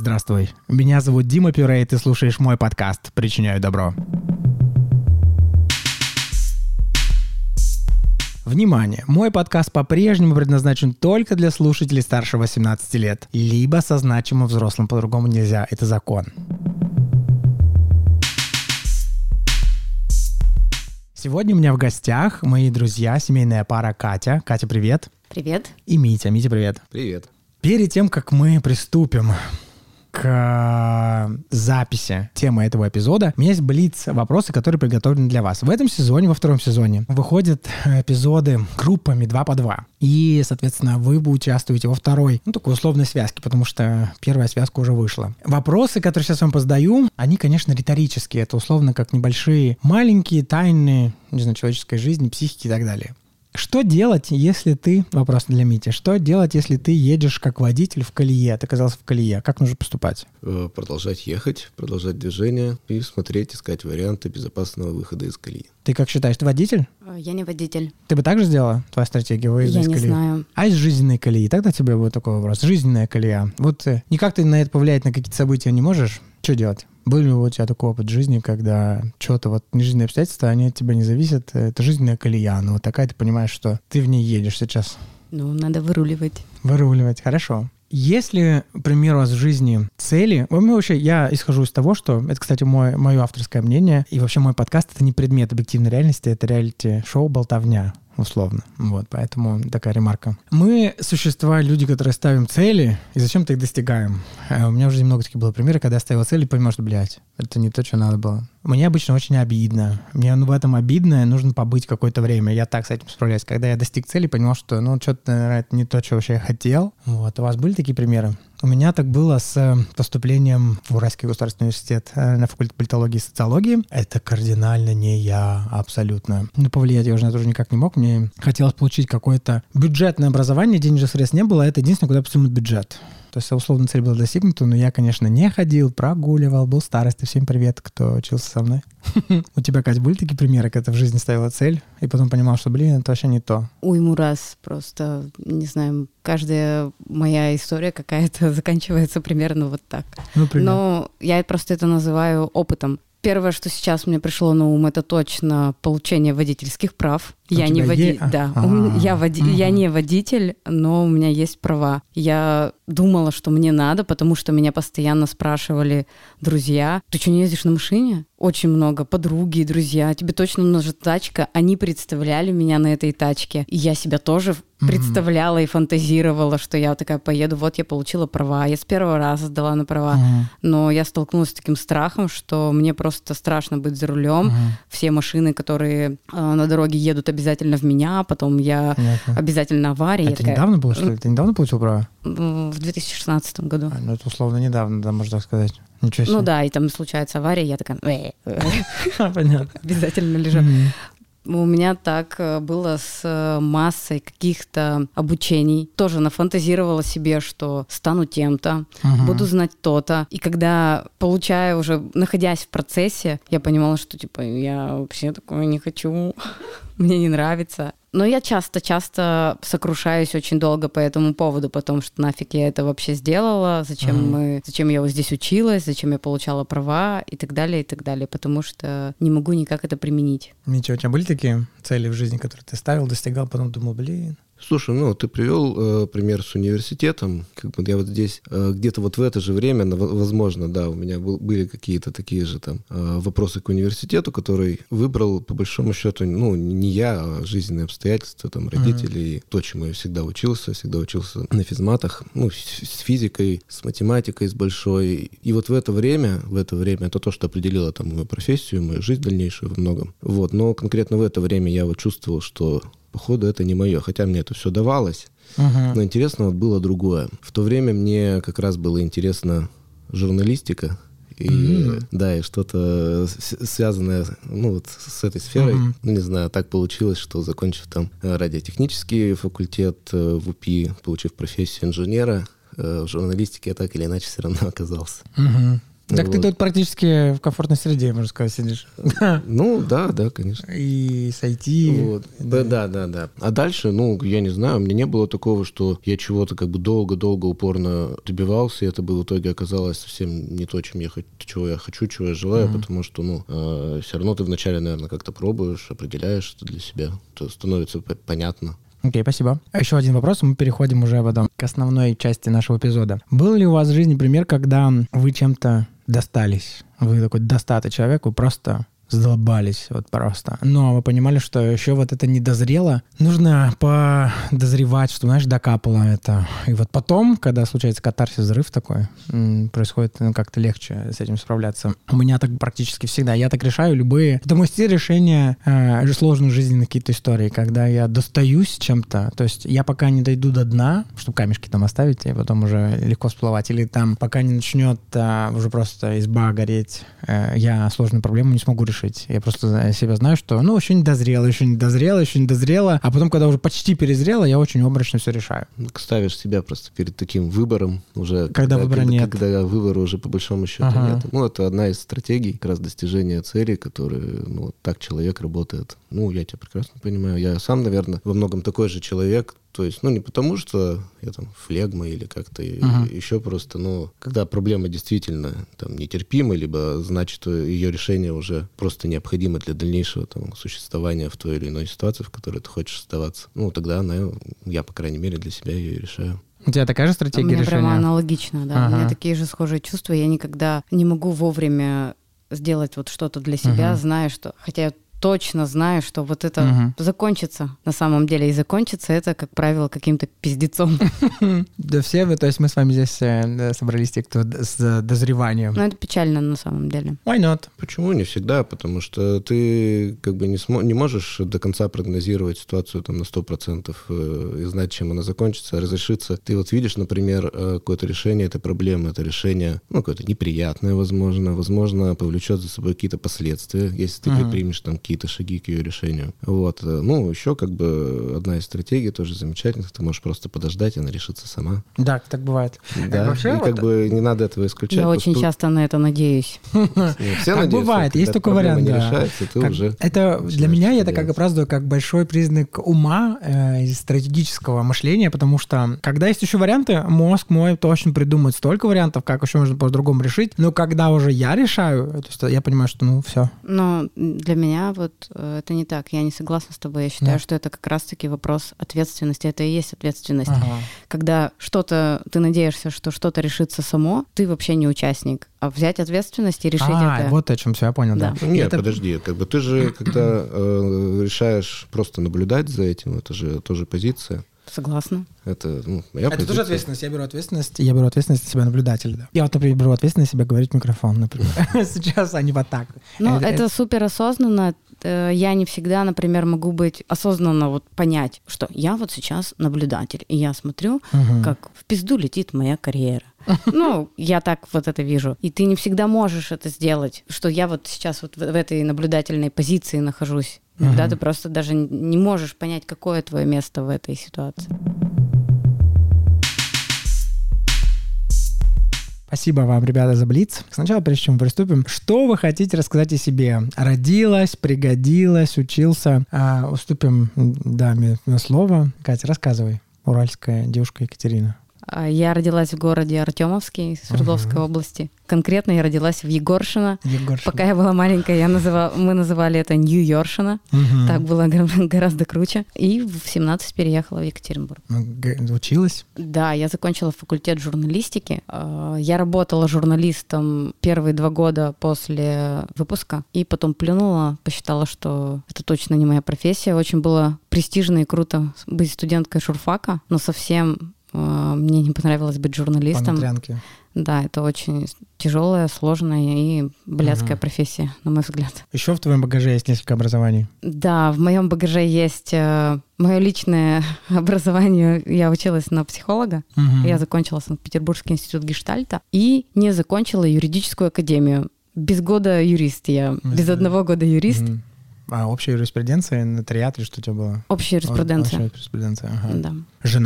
Здравствуй, меня зовут Дима Пюре, и ты слушаешь мой подкаст «Причиняю добро». Внимание! Мой подкаст по-прежнему предназначен только для слушателей старше 18 лет, либо со значимым взрослым, по-другому нельзя, это закон. Сегодня у меня в гостях мои друзья, семейная пара Катя. Катя, привет. Привет. И Митя. Митя, привет. Привет. Перед тем, как мы приступим к записи темы этого эпизода, у меня есть блиц-вопросы, которые приготовлены для вас. В этом сезоне, во втором сезоне, выходят эпизоды группами 2 по 2. И, соответственно, вы участвуете во второй, такой условной связке, потому что первая связка уже вышла. Вопросы, которые сейчас вам позадаю, они, конечно, риторические. Это условно как небольшие, маленькие тайны, не знаю, человеческой жизни, психики и так далее. Что делать, если ты... Вопрос для Мити. Что делать, если ты едешь как водитель в колее? Ты оказался в колее. Как нужно поступать? Продолжать ехать, продолжать движение и смотреть, искать варианты безопасного выхода из колеи. Ты как считаешь, ты водитель? Я не водитель. Ты бы так же сделала? Твоя стратегия выезда из колеи? Я не знаю. А из жизненной колеи? Тогда тебе будет такой вопрос. Жизненная колея. Вот никак ты на это повлиять, на какие-то события не можешь? Что делать? Был ли у тебя такой опыт жизни, когда что-то вот нежизненные обстоятельства, они от тебя не зависят, это жизненная колея, но вот такая ты понимаешь, что ты в ней едешь сейчас? Надо выруливать. Выруливать, хорошо. Если, к примеру, у вас в жизни цели... Я исхожу из того, что... Это, кстати, мое авторское мнение. И вообще мой подкаст — это не предмет объективной реальности, это реалити-шоу «Болтовня», условно. Вот, поэтому такая ремарка. Мы существа, люди, которые ставим цели, и зачем-то их достигаем. У меня в жизни много таких было примеров, когда я ставил цели и понимал, что, это не то, что надо было. Мне обычно очень обидно. Мне в этом обидно, нужно побыть какое-то время. Я так с этим справляюсь. Когда я достиг цели, понимал, что, что-то, наверное, это не то, что вообще я хотел. Вот. У вас были такие примеры? У меня так было с поступлением в Уральский государственный университет на факультет политологии и социологии. Это кардинально не я, абсолютно. Повлиять я уже на это уже никак не мог. Мне хотелось получить какое-то бюджетное образование, денежных средств не было, а это единственное, куда поступил бюджет. То есть условно цель была достигнута, но я, конечно, не ходил, прогуливал, был старостой. Всем привет, кто учился со мной. У тебя, Кать, были такие примеры, когда ты в жизни ставила цель и потом понимал, что, это вообще не то? Уйму раз просто, не знаю, каждая моя история какая-то заканчивается примерно вот так. Но я просто это называю опытом. Первое, что сейчас мне пришло на ум, это точно получение водительских прав. Я не водитель, но у меня есть права. Я думала, что мне надо, потому что меня постоянно спрашивали друзья: ты что, не ездишь на машине? Очень много. Подруги, друзья. Тебе точно нужна тачка. Они представляли меня на этой тачке. И я себя тоже представляла и фантазировала, что я вот такая поеду, вот я получила права. Я с первого раза сдала на права. Но я столкнулась с таким страхом, что мне просто страшно быть за рулем. Все машины, которые на дороге едут, обязательно в меня, потом я обязательно авария. Это недавно было, что ли? Ты недавно получил права? В 2016 году. Это условно недавно, да, можно так сказать. Ничего себе. Да, и там случается авария, я такая... Понятно. Обязательно лежу. У меня так было с массой каких-то обучений. Тоже нафантазировала себе, что стану тем-то, буду знать то-то. И когда получаю уже, находясь в процессе, я понимала, что я вообще такое не хочу, мне не нравится. Но я часто сокрушаюсь очень долго по этому поводу, потому что нафиг я это вообще сделала, зачем я вот здесь училась, зачем я получала права и так далее, потому что не могу никак это применить. Ничего, у тебя были такие цели в жизни, которые ты ставил, достигал, потом думал, Слушай, ты привел пример с университетом. Я вот здесь где-то вот в это же время, возможно, да, у меня были какие-то такие же там вопросы к университету, который выбрал, по большому счету, не я, а жизненные обстоятельства, там, родители, и то, чему я всегда учился на физматах, с физикой, с математикой, с большой. И вот в это время это то, что определило там мою профессию, мою жизнь дальнейшую во многом. Вот, но конкретно в это время я вот чувствовал, что походу это не мое, хотя мне это все давалось, но интересно было другое. В то время мне как раз было интересно журналистика, и что-то связанное с этой сферой. Не знаю, так получилось, что, закончив там радиотехнический факультет в УПИ, получив профессию инженера, в журналистике я так или иначе все равно оказался. Так вот. Ты тут практически в комфортной среде, можно сказать, сидишь. Ну, да, конечно. И с IT. Вот. Да. А дальше, я не знаю, у меня не было такого, что я чего-то как бы долго-долго упорно добивался, и это бы в итоге оказалось совсем не то, чего я хочу, чего я желаю, потому что, все равно ты вначале, наверное, как-то пробуешь, определяешь что для себя, то становится понятно. Окей, спасибо. Еще один вопрос, мы переходим уже потом к основной части нашего эпизода. Был ли у вас в жизни пример, когда вы чем-то достались? Вы такой достатый человек, вы просто задолбались, вот просто. Но вы понимали, что еще вот это не дозрело. Нужно подозревать, что, знаешь, докапало это. И вот потом, когда случается катарсис, взрыв такой, происходит как-то легче с этим справляться. У меня так практически всегда. Я так решаю любые... Это мой стиль решения сложных жизненных какие-то истории, когда я достаюсь чем-то. То есть я пока не дойду до дна, чтобы камешки там оставить, и потом уже легко всплывать. Или там пока не начнет уже просто изба гореть, я сложную проблему не смогу решить. Я просто себя знаю, что, еще не дозрело, а потом, когда уже почти перезрело, я очень обрачно все решаю. Ставишь себя просто перед таким выбором уже. Когда выбора нет. Когда выбора уже по большому счету нет. Это одна из стратегий как раз достижения цели, которые, так человек работает. Я тебя прекрасно понимаю. Я сам, наверное, во многом такой же человек. То есть, не потому, что я там флегма или как-то еще просто, когда проблема действительно там нетерпима, либо значит, что ее решение уже просто необходимо для дальнейшего там существования в той или иной ситуации, в которой ты хочешь оставаться. Тогда я, по крайней мере, для себя ее решаю. У тебя такая же стратегия решения? У меня прямо аналогично, да. У меня такие же схожие чувства. Я никогда не могу вовремя сделать вот что-то для себя, зная, что... Хотя я точно знаю, что вот это закончится на самом деле. И закончится это, как правило, каким-то пиздецом. Да все вы, то есть мы с вами здесь собрались те, кто с дозреванием. Это печально на самом деле. Why not? Почему не всегда? Потому что ты как бы не можешь до конца прогнозировать ситуацию там на 100% и знать, чем она закончится, разрешится. Ты вот видишь, например, какое-то решение этой проблемы, это решение, какое-то неприятное, возможно, повлечет за собой какие-то последствия, если ты предпримешь там какие-то шаги к ее решению. Вот. Еще как бы одна из стратегий тоже замечательных. Ты можешь просто подождать, и она решится сама. Да, так бывает. Да, вообще, и как бы не надо этого исключать. Я очень часто на это надеюсь. Все надеются. Бывает, есть такой вариант, да. Решается, ты уже это для меня это как оправдываю как большой признак ума и стратегического мышления, потому что когда есть еще варианты, мозг мой точно придумает столько вариантов, как еще можно по-другому решить. Но когда уже я решаю, то есть я понимаю, что все. Но для меня вот это не так. Я не согласна с тобой. Я считаю, что это как раз-таки вопрос ответственности. Это и есть ответственность. Когда что-то, ты надеешься, что что-то решится само, ты вообще не участник. А взять ответственность и решить это... вот о чем все, я понял, да. Нет, подожди. Как бы ты же, когда решаешь просто наблюдать за этим, это же тоже позиция. Согласна. Это моя позиция. Это тоже ответственность. Я беру ответственность на себя наблюдателя. Да. Я вот, например, беру ответственность на себя говорить в микрофон, например. Сейчас, а не вот так. Это супер осознанно. Я не всегда, например, могу быть осознанно вот понять, что я вот сейчас наблюдатель, и я смотрю, как в пизду летит моя карьера. Я так вот это вижу. И ты не всегда можешь это сделать, что я вот сейчас вот в этой наблюдательной позиции нахожусь. Иногда ты просто даже не можешь понять, какое твое место в этой ситуации. Спасибо вам, ребята, за блиц. Сначала, прежде чем мы приступим, что вы хотите рассказать о себе? Родилась, пригодилась, учился. Уступим даме на слово. Катя, рассказывай. Уральская девушка Екатерина. Я родилась в городе Артемовский, Свердловской области. Конкретно я родилась в Егоршино. Пока я была маленькая, мы называли это Нью-Йоршино. Так было гораздо круче. И в 17 переехала в Екатеринбург. Училась? Да, я закончила факультет журналистики. Я работала журналистом первые 2 года после выпуска. И потом плюнула, посчитала, что это точно не моя профессия. Очень было престижно и круто быть студенткой журфака, но совсем... Мне не понравилось быть журналистом. Понутрянки. Да, это очень тяжелая, сложная и блядская профессия, на мой взгляд. Еще в твоем багаже есть несколько образований? Да, в моем багаже есть мое личное образование. Я училась на психолога. Я закончила Санкт-Петербургский институт гештальта и не закончила юридическую академию. Без года юрист я. Без 1 года юрист. А общая юриспруденция, нотариат или что у тебя было? Общая юриспруденция. Общая юриспруденция, Да. Жена?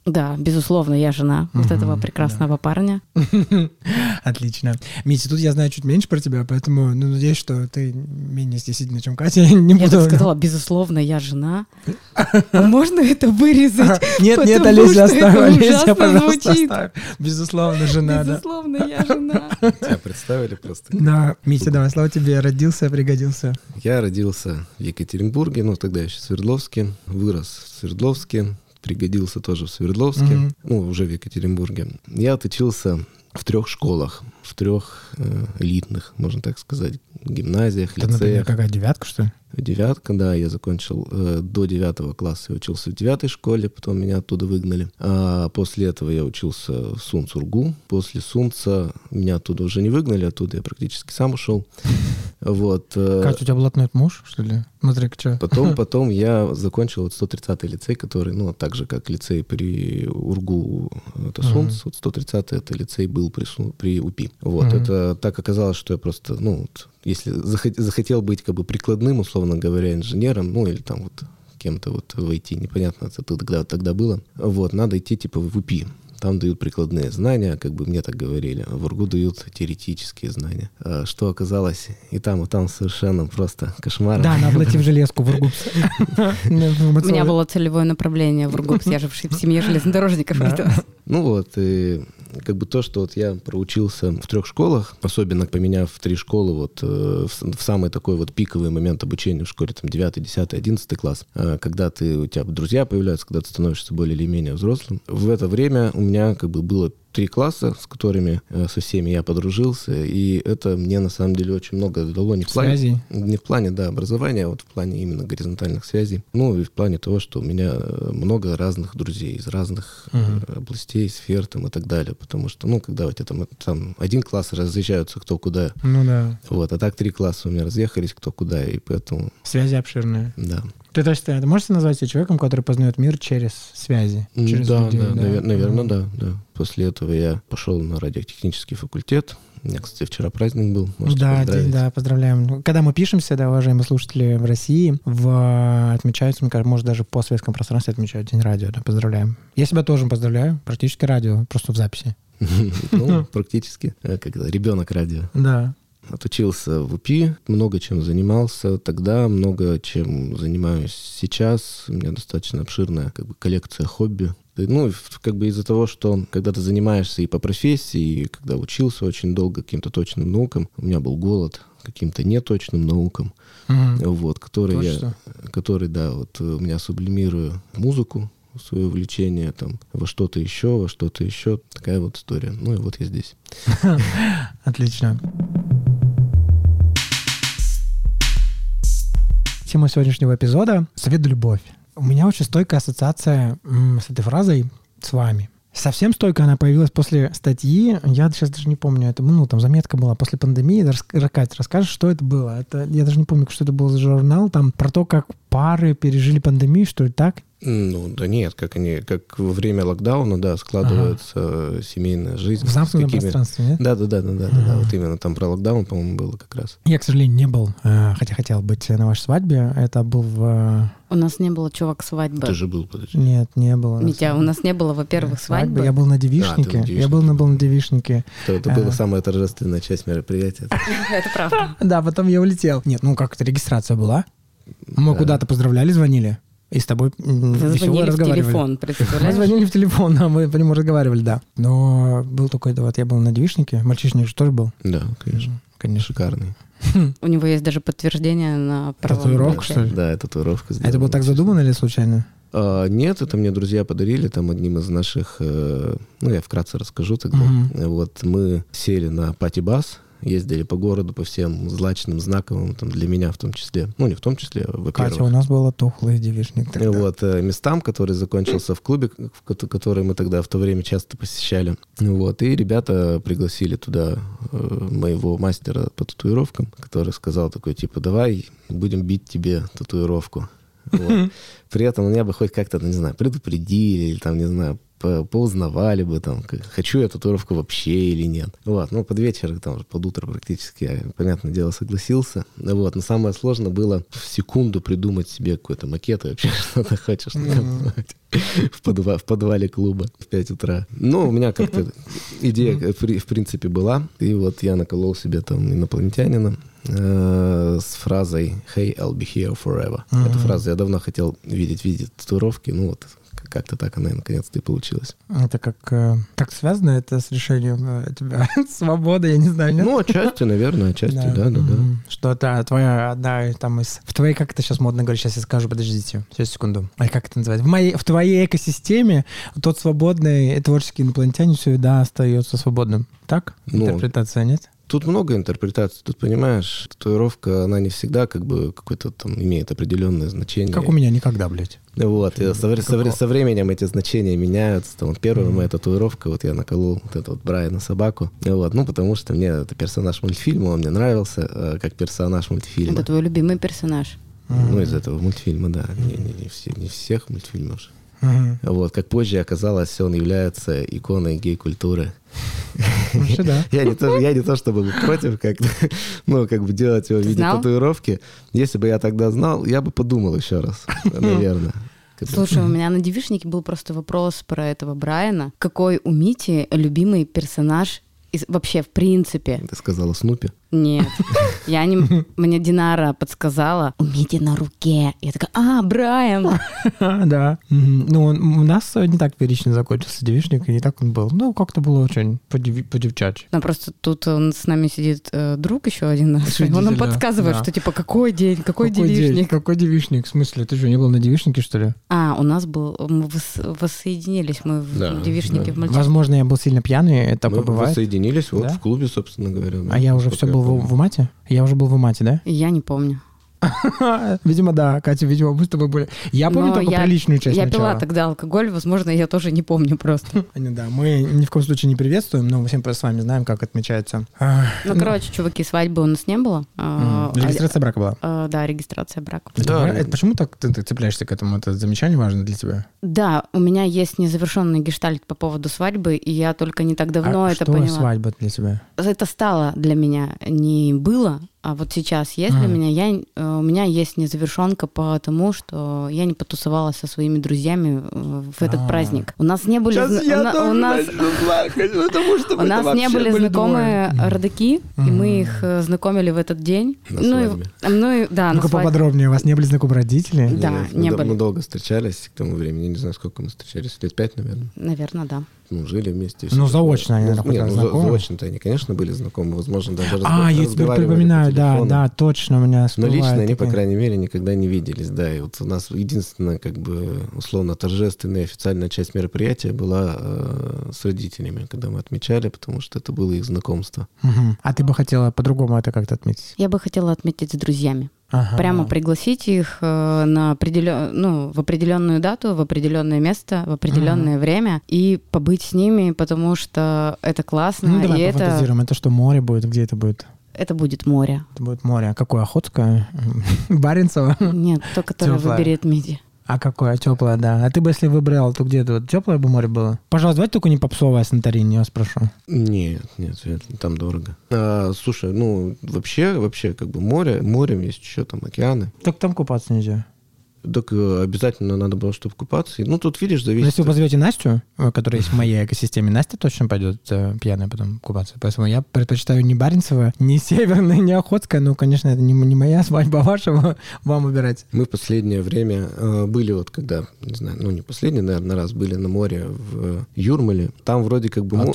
Да, безусловно, я жена вот этого прекрасного парня. Отлично. Митя, тут я знаю чуть меньше про тебя, поэтому надеюсь, что ты менее стеснительна, чем Катя. Я так сказала, безусловно, я жена. Можно это вырезать? Нет, Олеся, оставь. Олеся, пожалуйста, оставь. Безусловно, жена, да. Безусловно, я жена. Тебя представили просто. Да, Митя, давай, слава тебе. Родился, пригодился. Я родился в Екатеринбурге, тогда еще в Свердловске, вырос в Свердловске, пригодился тоже в Свердловске, уже в Екатеринбурге. Я отучился в 3 школах, в 3 элитных, можно так сказать, гимназиях, лицеях. Это, например, какая, 9, что ли? 9, да, я закончил до 9 класса, я учился в 9 школе, потом меня оттуда выгнали. А после этого я учился в СУНЦ-УРГУ. После СУНЦа меня оттуда уже не выгнали, оттуда я практически сам ушел. Вот. Катя, у тебя блатной муж, что ли? Смотри-ка, что. Потом я закончил 130-й лицей, который, так же, как лицей при УРГУ, это СУНЦ, 130-й это лицей был при УПИ. Вот, это так оказалось, что я просто, если захотел быть как бы прикладным, условно говоря, инженером, или там вот кем-то вот в IT, непонятно, это тогда было, надо идти типа в УПИ. Там дают прикладные знания, как бы мне так говорили. В УРГУ дают теоретические знания. Что оказалось и там совершенно просто кошмар. Да, надо идти в железку в УРГУ. У меня было целевое направление в УРГУ, я же в семье железнодорожников. И как бы то, что я проучился в 3 школах, особенно поменяв 3 школы в самый такой пиковый момент обучения в школе, 9, 10, 11 класс, когда у тебя друзья появляются, когда ты становишься более или менее взрослым. В это время у меня как бы было 3 класса, с которыми со всеми я подружился, и это мне на самом деле очень много дало не в плане образования, а в плане именно горизонтальных связей, и в плане того, что у меня много разных друзей из разных областей, сфер и так далее, потому что, когда у тебя там 1 класс разъезжаются кто куда, а так 3 класса у меня разъехались кто куда, и поэтому... Связи обширные. Да. Ты можешь назвать себя человеком, который познает мир через связи? Через людей, наверное, да. После этого я пошел на радиотехнический факультет. У меня, кстати, вчера праздник был. Можете поздравить. Да, поздравляем. Когда мы пишемся, уважаемые слушатели в России, отмечается, мне кажется, может, даже по советском пространстве отмечают День радио. Да, поздравляем. Я себя тоже поздравляю. Практически радио, просто в записи. Практически. Как ребенок радио. Да. Отучился в УПИ, много чем занимался тогда, много чем занимаюсь сейчас. У меня достаточно обширная коллекция хобби. Как бы из-за того, что когда ты занимаешься и по профессии, и когда учился очень долго каким-то точным наукам, у меня был голод каким-то неточным наукам, который у меня сублимирую музыку, свое увлечение во что-то еще. Такая вот история. И вот я здесь. Отлично. Тема сегодняшнего эпизода — совет да любовь. У меня очень стойкая ассоциация с этой фразой с вами. Совсем стойко она появилась после статьи. Я сейчас даже не помню, это там заметка была после пандемии. Катя, расскажешь, что это было? Я даже не помню, что это был за журнал. Там про то, как пары пережили пандемию, что ли, так? Да нет, как во время локдауна, складывается семейная жизнь. В замкнутом пространстве, нет? Да, вот именно там про локдаун, по-моему, было как раз. Я, к сожалению, не был, хотя хотел быть на вашей свадьбе. Это был в... У нас не было, чувак, свадьбы. Ты же был, подожди. Нет, не было. Митя, у нас не было, во-первых, свадьбы. Я был на девичнике. Я был на девичнике. Это была самая торжественная часть мероприятия. Это правда. Да, потом я улетел. Нет, как-то регистрация была. Мы куда-то поздравляли, звонили. И с тобой звонили в телефон, представляешь? Мы звонили в телефон, мы по нему разговаривали, да. Но был такой, я был на девичнике, мальчишник же тоже был. Да, конечно. Шикарный. У него есть даже подтверждение на право. Татуировка, что ли? Да, татуировка сделана. Это было так задумано или случайно? Нет, это мне друзья подарили, одним из наших, я вкратце расскажу тогда. Мы сели на пати-бас, ездили по городу, по всем злачным, знаковым, для меня в том числе. Не в том числе, во-первых. Катя, у нас было тухлый девичник тогда. Местам, который закончился в клубе, который мы тогда в то время часто посещали. И ребята пригласили туда моего мастера по татуировкам, который сказал давай будем бить тебе татуировку. При этом меня бы хоть как-то, предупредили или поузнавали бы, там, хочу я татуировку вообще или нет. Вот, ну, под вечер, там, под утро практически я, понятное дело, согласился. Вот, но самое сложное было в секунду придумать себе какой-то макет и вообще что-то хочешь в подвале клуба в 5 утра. Ну, у меня как-то идея, в принципе, была. И вот я наколол себе там инопланетянина с фразой «Hey, I'll be here forever». Эту фразу я давно хотел видеть татуировки, ну вот как-то так она наконец-то и получилась. Это как связано это с решением тебя свободы, я не знаю, нет? Ну, отчасти, наверное, отчасти, да. Что это твоя одна там из... В твоей, как это сейчас модно говорить, сейчас я скажу, подождите, сейчас, секунду. А как это называется? В твоей экосистеме тот свободный творческий инопланетянин всегда остается свободным. Так? Интерпретация, нет? Тут много интерпретаций. Тут, понимаешь, татуировка, она не всегда как бы какое-то там имеет определенное значение. Как у меня никогда, блядь. Вот. И со временем эти значения меняются. Там, вот первая моя татуировка, вот я наколол вот эту вот Брайана собаку. Вот. Ну, потому что мне это персонаж мультфильма, он мне нравился как персонаж мультфильма. Это твой любимый персонаж? Ну, из этого мультфильма, да. Не всех мультфильмов же. Вот, как позже оказалось, он является иконой гей-культуры. Да. Я не то чтобы против как-то, ну, как бы делать его в виде татуировки. Если бы я тогда знал, я бы подумал еще раз, наверное. Слушай, у меня на девичнике был просто вопрос про этого Брайана. Какой у Мити любимый персонаж вообще в принципе? Ты сказала Снупи? Нет. Мне Динара подсказала, у Мити на руке. Я такая, Брайан. Да. Ну, у нас не так феерично закончился девичник, и не так он был. Ну, как-то было очень по-девчачьи. Ну, просто тут с нами сидит друг еще один наш. Он нам подсказывает, что типа, какой день, какой девичник. Какой девичник? В смысле? Ты что, не был на девичнике, что ли? У нас был, мы воссоединились, мы в девичнике в Мальчике. Возможно, я был сильно пьяный, это бывает. Мы воссоединились вот в клубе, собственно говоря. А я уже все был в УМАТе? Я уже был в УМАТе, да? Я не помню. Видимо, да, Катя, видимо, мы с тобой были. Я помню только приличную часть начала. Я пила тогда алкоголь, возможно, я тоже не помню просто. Да, мы ни в коем случае не приветствуем, но мы всем с вами знаем, как отмечается. Ну, короче, чуваки, свадьбы у нас не было. Регистрация брака была? Да, регистрация брака. Почему так ты цепляешься к этому? Это замечание важно для тебя? Да, у меня есть незавершенный гештальт по поводу свадьбы, и я только не так давно это поняла. Что свадьба для тебя? Это стало для меня, не было, а вот сейчас есть для меня. У меня есть незавершенка по тому, что я не потусовалась со своими друзьями в этот праздник. У нас не были... У нас не были знакомые родаки, и мы их знакомили в этот день. На свадьбе. Ну-ка поподробнее, у вас не были знакомы родители? Да, не были. Мы долго встречались к тому времени, не знаю, сколько мы встречались, лет 5, наверное. Наверное, да. Ну, жили вместе. Ну, заочно они, наверное, знакомы. Заочно-то они, конечно, были знакомы, возможно, даже я теперь припоминаю, да, точно у меня но лично они, по крайней мере, никогда не виделись, да, и вот у нас единственная, как бы, условно, торжественная официальная часть мероприятия была с родителями, когда мы отмечали, потому что это было их знакомство. А ты бы хотела по-другому это как-то отметить? Я бы хотела отметить с друзьями. Прямо пригласить их в определенную дату, в определенное место, в определенное время и побыть с ними, потому что это классно. Ну, давай пофантазируем. Это что, море будет? Где это будет? Это будет море. Это будет море. А какое? Охотское? Баренцево? Нет, то, которое выберет Мити. А какое? Теплое, да. А ты бы, если выбрал, то где-то вот теплое бы море было? Пожалуйста, давайте только не попсовое Санторини, я вас прошу. Нет, там дорого. Слушай, ну, вообще, как бы морем есть еще там океаны. Так там купаться нельзя. Так обязательно надо было, чтобы купаться. Ну, тут, видишь, зависит... Но если вы позовете Настю, которая есть в моей экосистеме, Настя точно пойдет пьяная потом купаться. Поэтому я предпочитаю не Баренцево, не Северное, не Охотское. Ну, конечно, это не моя свадьба, вашего вам выбирать. Мы в последнее время были вот когда, не знаю, ну, не последний, наверное, раз были на море в Юрмале. Там вроде как бы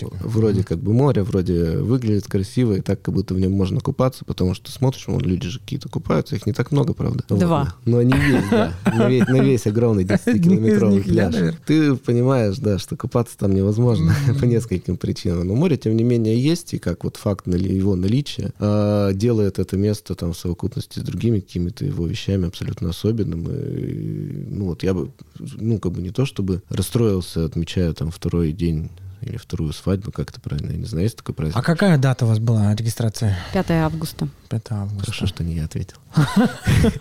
море, вроде выглядит красиво, и так, как будто в нем можно купаться, потому что смотришь, вон люди же какие-то купаются, их не так много, правда. 2. Вот, но они есть, да. На весь огромный 10-километровый пляж. Ты понимаешь, да, что купаться там невозможно по нескольким причинам. Но море, тем не менее, есть, и как вот факт его наличия делает это место там в совокупности с другими какими-то его вещами абсолютно особенным. И, ну вот я бы, ну как бы не то чтобы расстроился, отмечая там второй день или вторую свадьбу, как это правильно, я не знаю, есть такой праздник. А какая дата у вас была регистрации? 5 августа. 5 августа. Хорошо, что не я ответил.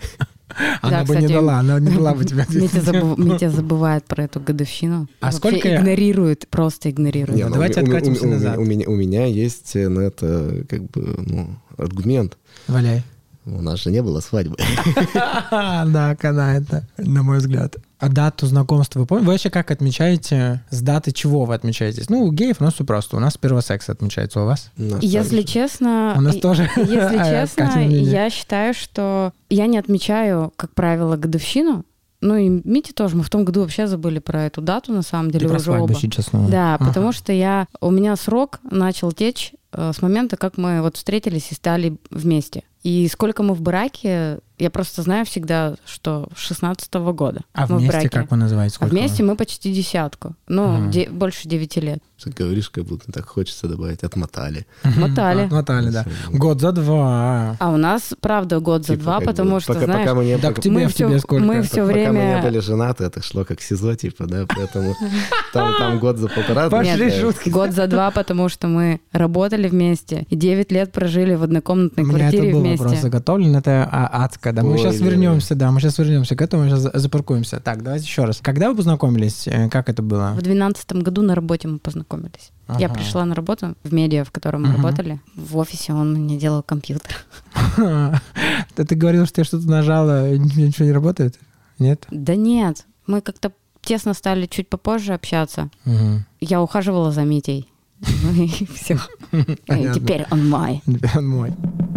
Она бы не дала бы тебе ответить. Митя забывает про эту годовщину. А сколько... Игнорирует, просто игнорирует. Давайте откатимся назад. У меня есть на это аргумент. Валяй. У нас же не было свадьбы. Да, канает, на мой взгляд. А дату знакомства вы помните? Вы вообще как отмечаете? С даты чего вы отмечаетесь? У геев у нас все просто. У нас с первого секса отмечается, у вас? Если честно... У нас тоже. Если честно, я считаю, что я не отмечаю, как правило, годовщину. И Митя тоже. Мы в том году вообще забыли про эту дату, на самом деле, уже оба. Сейчас. Да, потому что у меня срок начал течь с момента, как мы встретились и стали вместе. И сколько мы в браке, я просто знаю всегда, что с 16-го года. А мы вместе в браке. как вы называете? А вместе мы почти 10. Больше 9 лет. Ты говоришь, как будто так хочется добавить, отмотали. Отмотали, да. Год за 2. А у нас, правда, год за 2, потому что, знаешь, мы все время... Пока мы не были женаты, это шло как СИЗО, поэтому там год за 1,5. Пошли шутки. Год за 2, потому что мы работали вместе и 9 лет прожили в однокомнатной квартире вместе. Вопрос заготовлен, это адско, да. Мы сейчас вернемся к этому, сейчас запаркуемся. Так, давайте еще раз. Когда вы познакомились? Как это было? В 2012 году на работе мы познакомились. Я пришла на работу в медиа, в котором мы работали. В офисе он мне делал компьютер. Ты говорил, что я что-то нажала, и ничего не работает? Нет? Да нет. Мы как-то тесно стали чуть попозже общаться. Я ухаживала за Митей. И все. Теперь он мой. Теперь он мой.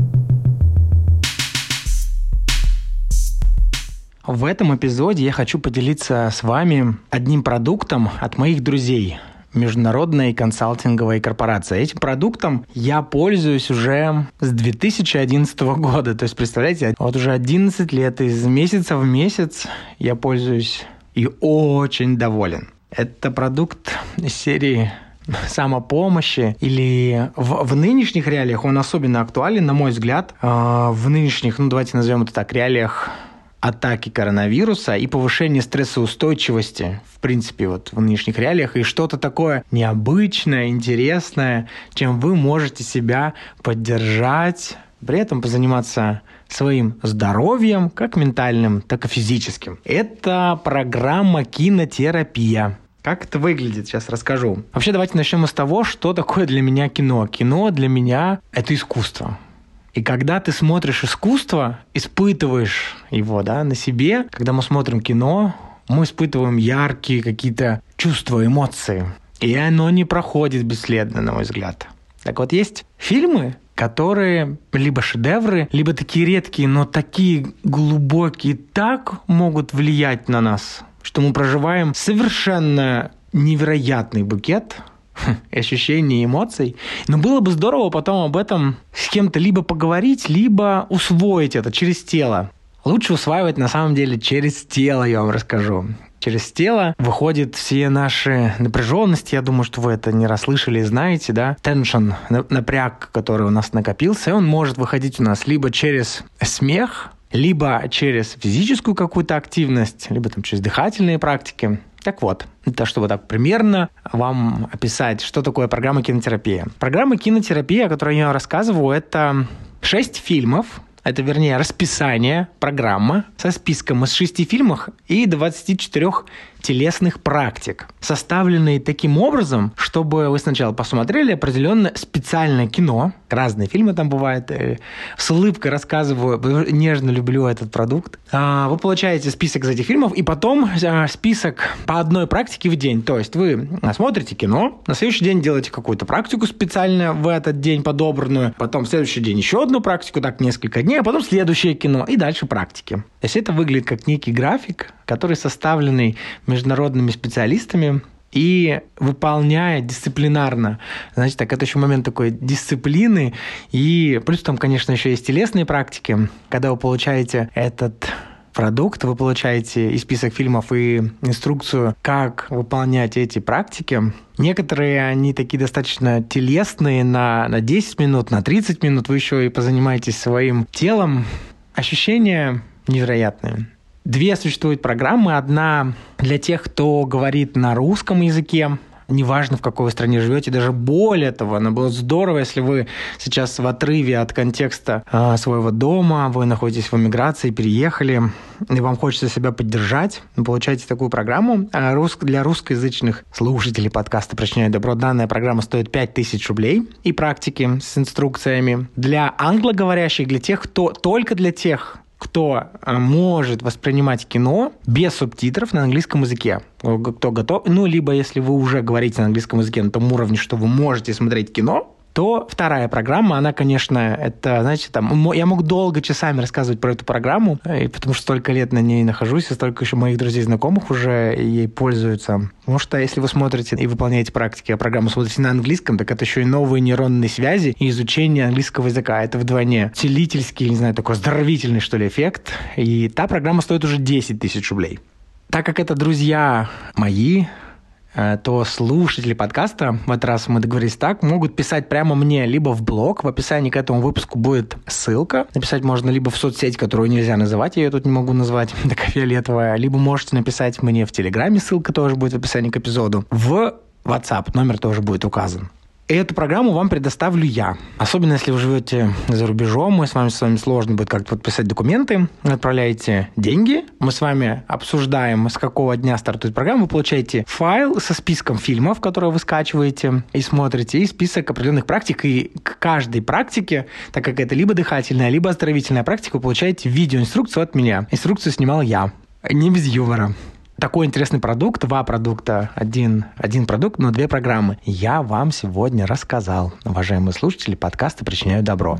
В этом эпизоде я хочу поделиться с вами одним продуктом от моих друзей. Международной консалтинговой корпорации. Этим продуктом я пользуюсь уже с 2011 года. То есть, представляете, уже 11 лет, из месяца в месяц я пользуюсь и очень доволен. Это продукт из серии самопомощи, или в нынешних реалиях он особенно актуален, на мой взгляд, в нынешних, давайте назовем это так, реалиях атаки коронавируса и повышения стрессоустойчивости, в принципе, в нынешних реалиях, и что-то такое необычное, интересное, чем вы можете себя поддержать, при этом позаниматься своим здоровьем, как ментальным, так и физическим. Это программа «Кинотерапия». Как это выглядит, сейчас расскажу. Вообще, давайте начнем с того, что такое для меня кино. Кино для меня – это искусство. И когда ты смотришь искусство, испытываешь его, на себе, когда мы смотрим кино, мы испытываем яркие какие-то чувства, эмоции. И оно не проходит бесследно, на мой взгляд. Так вот, есть фильмы, которые либо шедевры, либо такие редкие, но такие глубокие, так могут влиять на нас, что мы проживаем совершенно невероятный букет ощущений и эмоций. Но было бы здорово потом об этом с кем-то либо поговорить, либо усвоить это через тело. Лучше усваивать на самом деле через тело, я вам расскажу. Через тело выходят все наши напряженности. Я думаю, что вы это не расслышали и знаете, да? Теншн, напряг, который у нас накопился, он может выходить у нас либо через смех, либо через физическую какую-то активность, либо через дыхательные практики. Так вот, это чтобы так примерно вам описать, что такое программа кинотерапия. Программа кинотерапия, о которой я рассказываю, это 6 фильмов. Это, вернее, расписание, программа со списком из 6 фильмов и 24 телесных практик, составленные таким образом, чтобы вы сначала посмотрели определенное специальное кино. Разные фильмы там бывают. С улыбкой рассказываю, нежно люблю этот продукт. Вы получаете список из этих фильмов и потом список по одной практике в день. То есть вы смотрите кино, на следующий день делаете какую-то практику специально в этот день подобранную, потом в следующий день еще одну практику, так несколько дней, а потом следующее кино и дальше практики. То есть это выглядит как некий график, который составленный международными специалистами и выполняет дисциплинарно. Значит, так, это еще момент такой дисциплины. И плюс там, конечно, еще есть телесные практики. Когда вы получаете этот продукт, вы получаете и список фильмов, и инструкцию, как выполнять эти практики. Некоторые, они такие достаточно телесные, на 10 минут, на 30 минут. Вы еще и позанимаетесь своим телом. Ощущения невероятные. 2 существуют программы. Одна для тех, кто говорит на русском языке. неважно, в какой вы стране живете, даже более того, оно было здорово, если вы сейчас в отрыве от контекста своего дома, вы находитесь в эмиграции, переехали, и вам хочется себя поддержать, получаете такую программу. Для русскоязычных слушателей подкаста «Причиняю добро» данная программа стоит 5000 рублей и практики с инструкциями. Для англоговорящих, только для тех, кто может воспринимать кино без субтитров на английском языке. Кто готов, либо если вы уже говорите на английском языке на том уровне, что вы можете смотреть кино, то вторая программа, она, конечно, это, знаете, я могу долго часами рассказывать про эту программу, потому что столько лет на ней нахожусь, и столько еще моих друзей, знакомых уже ей пользуются. Потому что если вы смотрите и выполняете практики, а программу смотрите на английском, так это еще и новые нейронные связи и изучение английского языка. Это вдвойне целительский, не знаю, такой оздоровительный, что ли, эффект. И та программа стоит уже 10 000 рублей. Так как это друзья мои, то слушатели подкаста, в этот раз мы договорились так, могут писать прямо мне либо в блог, в описании к этому выпуску будет ссылка. Написать можно либо в соцсеть, которую нельзя называть, я ее тут не могу назвать, такая фиолетовая, либо можете написать мне в Телеграме, ссылка тоже будет в описании к эпизоду. В WhatsApp номер тоже будет указан. И эту программу вам предоставлю я. Особенно, если вы живете за рубежом, с вами сложно будет как-то подписать документы, вы отправляете деньги, мы с вами обсуждаем, с какого дня стартует программа, вы получаете файл со списком фильмов, которые вы скачиваете и смотрите, и список определенных практик, и к каждой практике, так как это либо дыхательная, либо оздоровительная практика, вы получаете видеоинструкцию от меня. Инструкцию снимал я, не без юмора. Такой интересный продукт, два продукта, один продукт, но две программы. Я вам сегодня рассказал, уважаемые слушатели подкаста «Причиняю добро».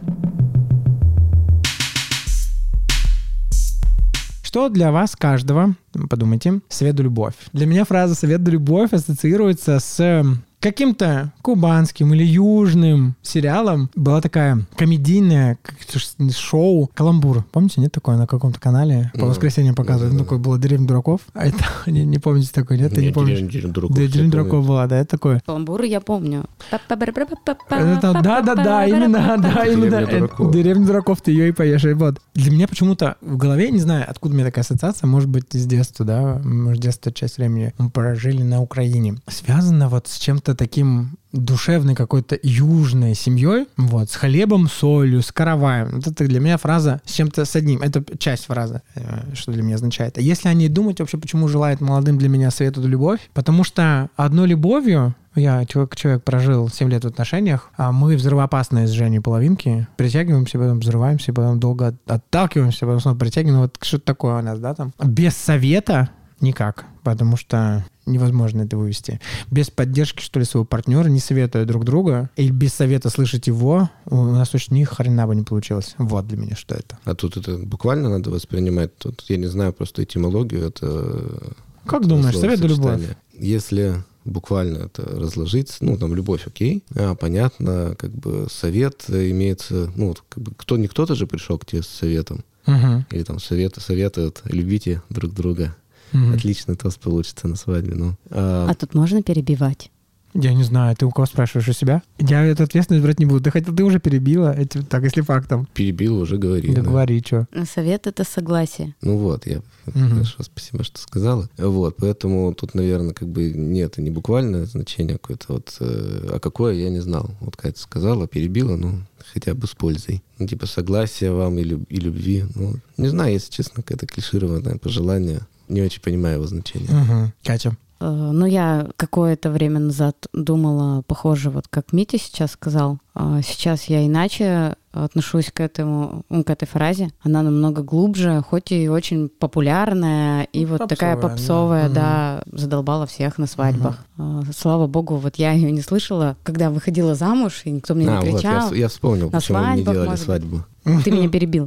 Что для вас каждого, подумайте, «Совет да любовь»? Для меня фраза «Совет да любовь» ассоциируется с каким-то кубанским или южным сериалом. Была такая комедийная шоу «Каламбур». Помните, нет такое на каком-то канале? По воскресеньям показывают. Такое было «Деревня дураков». А это, не помните такое, нет? Ты не помнишь? «Деревня дураков». Да, «Деревня дураков» была, да, это такое. «Каламбур» я помню. Да, именно. «Деревня дураков», ты ее и поешь. Вот. Для меня почему-то в голове, не знаю, откуда у меня такая ассоциация, может быть, с детства, да, может, детство, часть времени мы прожили на Украине. Связано вот с чем-то таким душевной какой-то южной семьей, вот, с хлебом, солью, с караваем. Вот это для меня фраза с чем-то с одним. Это часть фразы, что для меня означает. А если о ней думать, вообще, почему желает молодым для меня совету любовь? Потому что одной любовью я, человек прожил 7 лет в отношениях, а мы взрывоопасные с Женей половинки, притягиваемся, потом взрываемся, потом долго отталкиваемся, потом снова притягиваем. Вот что-то такое у нас, да, там. Без совета никак, потому что невозможно это вывести. Без поддержки, что ли, своего партнера, не советуя друг друга, и без совета слышать его, у нас точно ни хрена бы не получилось. Вот для меня что это. А тут это буквально надо воспринимать? Тут я не знаю просто этимологию. Это как думаешь, совет да любовь? Если буквально это разложить, там любовь, окей, понятно, как бы совет имеется, как бы не кто-то же пришел к тебе с советом, или там советуют, любите друг друга. Отличный тост получится на свадьбе. А тут можно перебивать? Я не знаю, ты у кого спрашиваешь, у себя? Я эту ответственность брать не буду. Ты уже перебила, так, если фактом. Перебил, уже говори. Да говори, что. Совет — это согласие. Хорошо, спасибо, что сказала. Вот, поэтому тут, наверное, как бы нет, не буквальное значение какое-то, а какое, я не знал. Вот Катя сказала, перебила, хотя бы с пользой. Согласия вам и любви. Не знаю, если честно, какое-то клишированное пожелание. Не очень понимаю его значение. Катя? Я какое-то время назад думала, похоже, вот как Митя сейчас сказал. Сейчас я иначе отношусь к этой фразе. Она намного глубже, хоть и очень популярная, и вот такая попсовая, да, задолбала всех на свадьбах. Слава богу, вот я ее не слышала, когда выходила замуж, и никто мне не кричал. Вот, я вспомнил, почему мы не делали свадьбу. Ты меня перебил.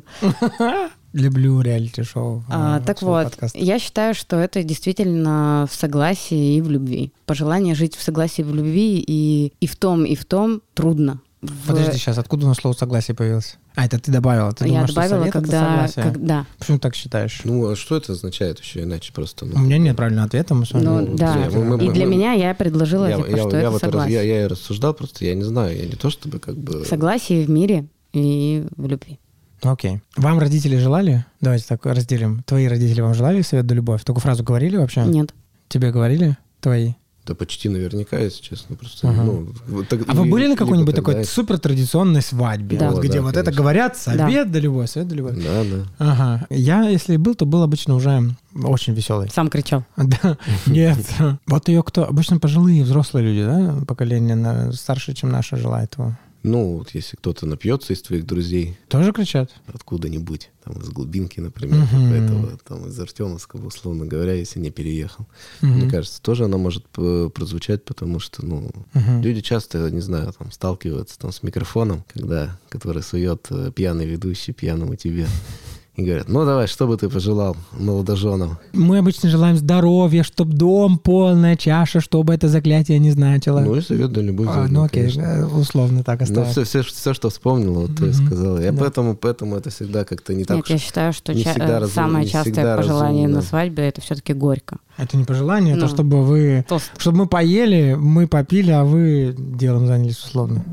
Люблю реалити-шоу. Так вот, подкаст. Я считаю, что это действительно в согласии и в любви. Пожелание жить в согласии и в любви и в том трудно. Подожди, сейчас, откуда у нас слово «согласие» появилось? Это ты добавила? Ты думаешь, я добавила, что совет — это согласие? Да. Почему так считаешь? А что это означает еще иначе просто? У меня нет правильного ответа. Да. И для меня я предложила, что это согласие. Я и рассуждал, просто я не знаю. Я не то чтобы как бы... Согласие в мире и в любви. Окей. Вам родители желали? Давайте так разделим. Твои родители вам желали совет да любовь? Такую фразу говорили вообще? Нет. Тебе говорили твои? Да почти наверняка, если честно. Просто, вы были на какой-нибудь такой супер традиционной свадьбе, да. где вот это говорят, совет да любовь, совет да любовь? Да, да. Ага. Я, если был, то был обычно уже очень веселый. Сам кричал. Да, нет. Вот ее кто? Обычно пожилые, взрослые люди, да, поколение старше, чем наше, желает его. Ну, вот если кто-то напьется из твоих друзей. Тоже кричат? Откуда-нибудь. Там из глубинки, например, какого-то, там из Артемовского, условно говоря, если не переехал. Мне кажется, тоже она может прозвучать, потому что, люди часто, не знаю, там, сталкиваются там, с микрофоном, который сует пьяный ведущий пьяному тебе. И говорят, давай, что бы ты пожелал молодоженам? Мы обычно желаем здоровья, чтобы дом, полная чаша, чтобы это заклятие не значило. И совет да любовь. Окей, условно так оставим. Все, что вспомнила, вот ты сказала. Я поэтому это всегда как-то не так. Нет, я считаю, что самое частое пожелание на свадьбе — это все-таки горько. Это не пожелание, это чтобы мы поели, мы попили, а вы делом занялись условно.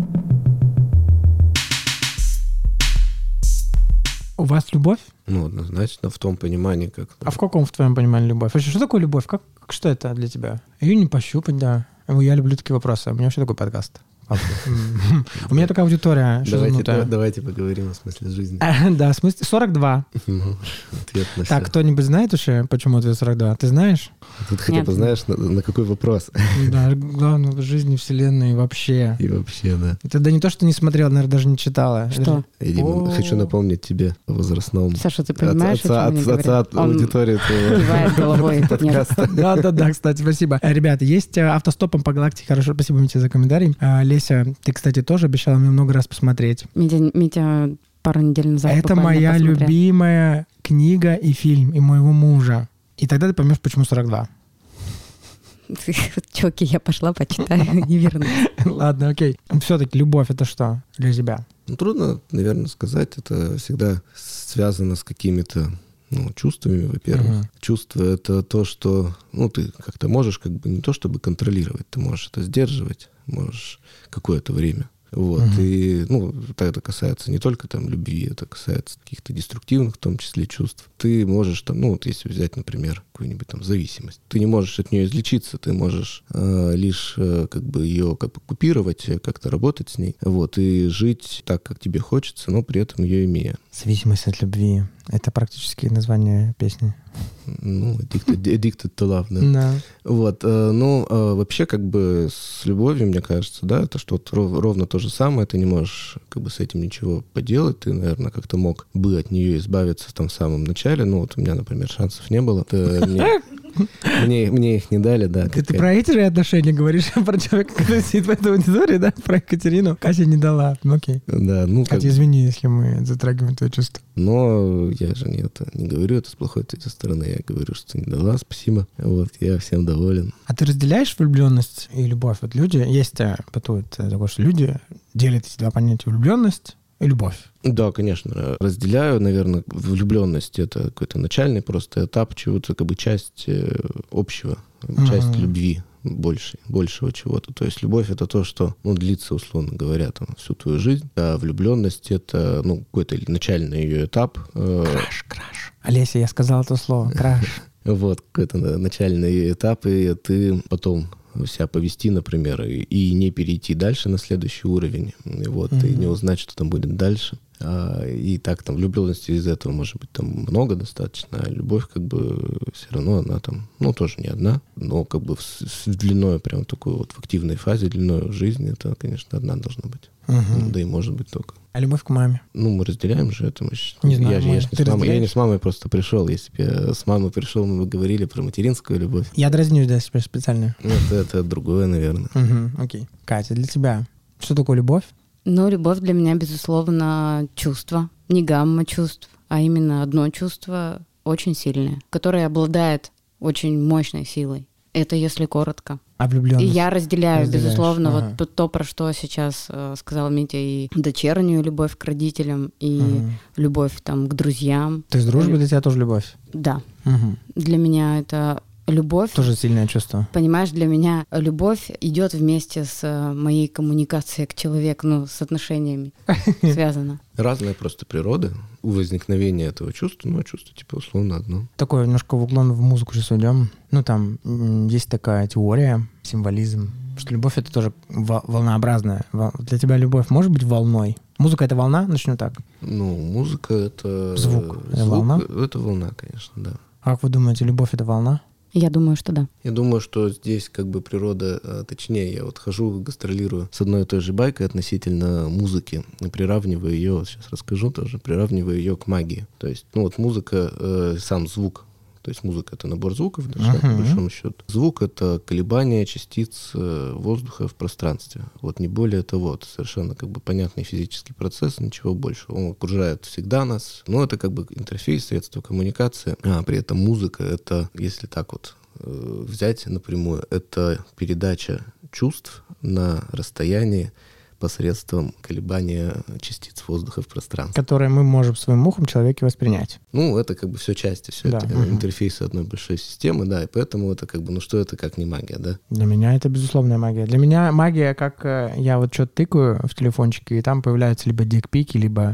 У вас любовь? Однозначно, в том понимании, как... А в каком, в твоем понимании, любовь? Вообще, что такое любовь? Что это для тебя? Ее не пощупать, да. Я люблю такие вопросы. У меня вообще такой подкаст. У меня такая аудитория. Давайте поговорим о смысле жизни. Да, в смысле 42. Ответ на так, кто-нибудь знает вообще, почему ответ 42? Ты знаешь? Тут хотя бы знаешь, на какой вопрос. Да, главное в жизни, вселенной вообще. И вообще, да. Это не то, что не смотрел, наверное, даже не читала. Что? Я хочу напомнить тебе о возрастном. Саша, ты понимаешь, отца аудитории твоего кивает головой. подкаста. Да, кстати, спасибо. Ребята, есть «Автостопом по галактике». Хорошо, спасибо, Митя, за комментарий. Леся, ты, кстати, тоже обещала мне много раз посмотреть. Митя пару недель назад это моя любимая книга и фильм, и моего мужа. И тогда ты поймешь, почему 42. Чоки, я пошла почитаю, не вернусь. Ладно, окей. Все-таки любовь — это что для тебя? Трудно, наверное, сказать. Это всегда связано с какими-то чувствами, во-первых. Чувство — это то, что ты как-то можешь не то чтобы контролировать, ты можешь это сдерживать, можешь какое-то время. Вот. И, это касается не только любви, это касается каких-то деструктивных, в том числе, чувств. Ты можешь если взять, например, какую-нибудь зависимость, ты не можешь от нее излечиться, ты можешь лишь ее купировать, как-то работать с ней, и жить так, как тебе хочется, но при этом ее имея. Зависимость от любви. Это практически название песни. Addicted to love, да. Да. Вообще, с любовью, мне кажется, да, это что-то ровно то же самое, ты не можешь с этим ничего поделать, ты, наверное, как-то мог бы от нее избавиться в самом начале, у меня, например, шансов не было. Мне их не дали, да. Ты про эти же отношения говоришь, про человека, который сидит в этой аудитории, да, про Екатерину? Катя не дала, окей. Да, Катя, извини, если мы затрагиваем твои чувства. Но я же не говорю это с плохой стороны, я говорю, что не дала, спасибо, я всем доволен. А ты разделяешь влюбленность и любовь? Люди, есть бытует такое, что люди делят эти два понятия: влюбленность и любовь. Да, конечно. Разделяю, наверное, влюбленность — это какой-то начальный просто этап чего-то, часть общего, часть любви большего чего-то. То есть любовь — это то, что длится, условно говоря, всю твою жизнь, а влюбленность — это какой-то начальный ее этап. Краш. Олеся, я сказал это слово, краш. Какой-то начальный этап, и ты потом себя повести, например, и не перейти дальше на следующий уровень, и не узнать, что там будет дальше. И так влюбленности из этого может быть много достаточно, а любовь все равно она тоже не одна, но с длиной прям такой в активной фазе, длиной в жизни, это, конечно, одна должна быть. Да и может быть только. А любовь к маме? Мы разделяем же это. Не знаю, я не с мамой просто пришел. Если бы я с мамой пришел, мы бы говорили про материнскую любовь. Я дразнюсь, да, специально. Это другое, наверное. Окей. Катя, для тебя что такое любовь? Любовь для меня, безусловно, чувство. Не гамма чувств, а именно одно чувство очень сильное, которое обладает очень мощной силой. Это если коротко. А влюбленность? И я разделяю, безусловно, то, про что сейчас сказал Митя, и дочернюю любовь к родителям, и любовь к друзьям. То есть дружба для тебя тоже любовь? Да. Для меня это Любовь. Тоже сильное чувство. Понимаешь, для меня любовь идет вместе с моей коммуникацией к человеку, ну, с отношениями связано. Разная просто природа у возникновения этого чувства, но чувство типа условно одно. Такое немножко в уклон в музыку сейчас уйдем. Ну, там есть такая теория, символизм, что любовь — это тоже волнообразная. Для тебя любовь может быть волной? Музыка — это волна? Начну так. Ну, музыка — это... Звук — это волна? Это волна, конечно, да. А как вы думаете, любовь — это волна? Я думаю, что да. Я думаю, что здесь как бы природа, точнее, я вот хожу, гастролирую с одной и той же байкой относительно музыки, и приравниваю ее, сейчас расскажу тоже, приравниваю ее к магии. То есть, ну вот музыка, сам звук, то есть музыка — это набор звуков, да, по большому счету. Звук — это колебания частиц воздуха в пространстве. Вот не более того, это совершенно как бы понятный физический процесс, ничего больше. Он окружает всегда нас, но это как бы интерфейс, средство коммуникации. А при этом музыка — это, если так вот взять напрямую, это передача чувств на расстоянии посредством колебания частиц воздуха в пространстве. Которые мы можем своим ухом человеке воспринять. Ну, это как бы все части, все это интерфейсы одной большой системы, да, и поэтому это как бы, ну что это как не магия, да? Для меня это безусловная магия. Для меня магия, как я вот что-то тыкаю в телефончике, и там появляются либо дикпики, либо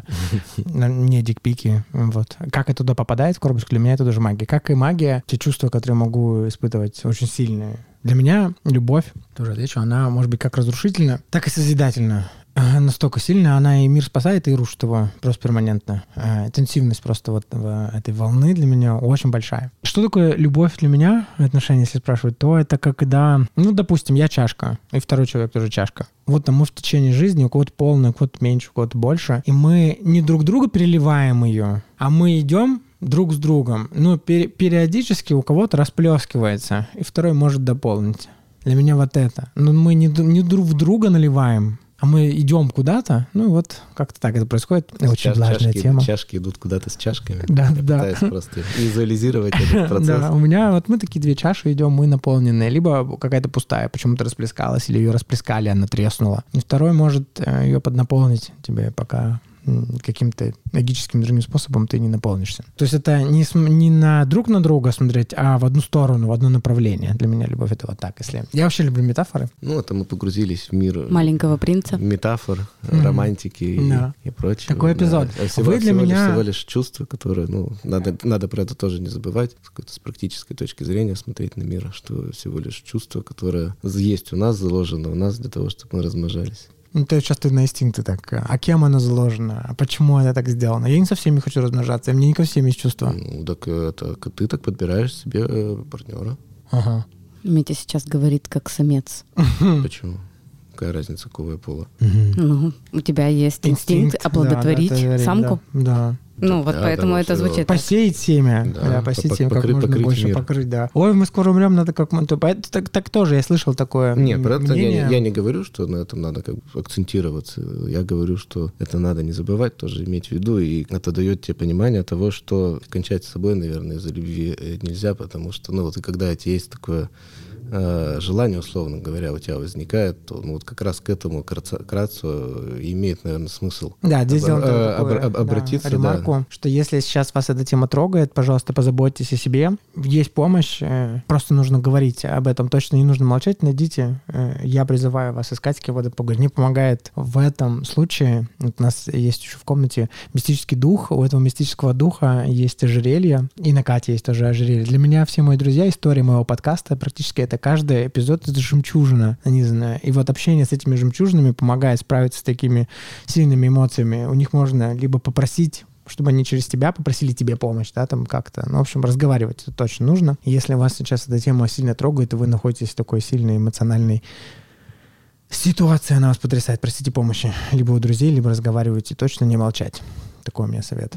не дикпики, вот. Как это туда попадает в коробочку, для меня это тоже магия. Как и магия, те чувства, которые могу испытывать, очень сильные. Для меня любовь, тоже отвечу, она может быть как разрушительна, так и созидательна. Настолько сильная, она и мир спасает, и рушит его просто перманентно. Интенсивность просто вот этой волны для меня очень большая. Что такое любовь для меня в отношении, если спрашивать, то это когда, ну, допустим, я чашка, и второй человек тоже чашка. Вот там мы в течение жизни, у кого-то полная, у кого-то меньше, у кого-то больше, и мы не друг друга переливаем ее, а мы идем друг с другом. Но периодически у кого-то расплескивается, и второй может дополнить. Для меня вот это. Но мы не друг в друга наливаем, а мы идем куда-то. Ну вот как-то так это происходит. Очень влажная тема. Чашки идут куда-то с чашками. Да. Я пытаюсь просто визуализировать этот процесс. Да, у меня вот мы такие две чаши идем, мы наполненные. Либо какая-то пустая, почему-то расплескалась, или ее расплескали, она треснула. И второй может ее поднаполнить тебе, пока каким-то логическим другим способом ты не наполнишься. То есть это не на друг на друга смотреть, а в одну сторону, в одно направление. Для меня любовь — это вот так. Если я вообще люблю метафоры. Ну, это мы погрузились в мир Маленького принца. Метафор, романтики и прочего. Такой эпизод. Да. Вы для меня... всего лишь чувства, которые, ну, надо про это тоже не забывать, с практической точки зрения смотреть на мир, что всего лишь чувство, которое есть у нас, заложено у нас для того, чтобы мы размножались. Ну, это часто на инстинкты так. А кем оно заложено? А почему это так сделано? Я не со всеми хочу размножаться, мне не ко всем есть чувства. Ну, так это ты так подбираешь себе партнера. Ага. Митя сейчас говорит как самец. Почему? Какая разница, какого пола? Ну, у тебя есть инстинкт оплодотворить самку. Да. Ну, вот поэтому это звучит. Посеять семя. Да, посеять семя, как можно больше покрыть, да. Ой, мы скоро умрем, надо как... Так тоже, я слышал такое мнение. Нет, про это я не говорю, что на этом надо как бы акцентироваться. Я говорю, что это надо не забывать, тоже иметь в виду, и это дает тебе понимание того, что кончать с собой, наверное, из-за любви нельзя, потому что, ну, вот и когда у тебя есть такое желание, условно говоря, у тебя возникает, то ну, вот как раз к этому кратцу имеет, наверное, смысл. Да, здесь обратиться, ремарку, что если сейчас вас эта тема трогает, пожалуйста, позаботьтесь о себе. Есть помощь, просто нужно говорить об этом, точно не нужно молчать, найдите. Я призываю вас искать кого-то поговорить. Мне помогает в этом случае, вот у нас есть еще в комнате мистический дух, у этого мистического духа есть ожерелье, и на Кате есть тоже ожерелье. Для меня все мои друзья, история моего подкаста, практически это каждый эпизод — это жемчужина нанизанная. И вот общение с этими жемчужинами помогает справиться с такими сильными эмоциями. У них можно либо попросить, чтобы они через тебя попросили тебе помощь, да, там как-то. Ну, в общем, разговаривать это точно нужно. Если вас сейчас эта тема сильно трогает, и вы находитесь в такой сильной эмоциональной ситуации, она вас потрясает, просите помощи либо у друзей, либо разговаривайте, точно не молчать. Такой у меня совет.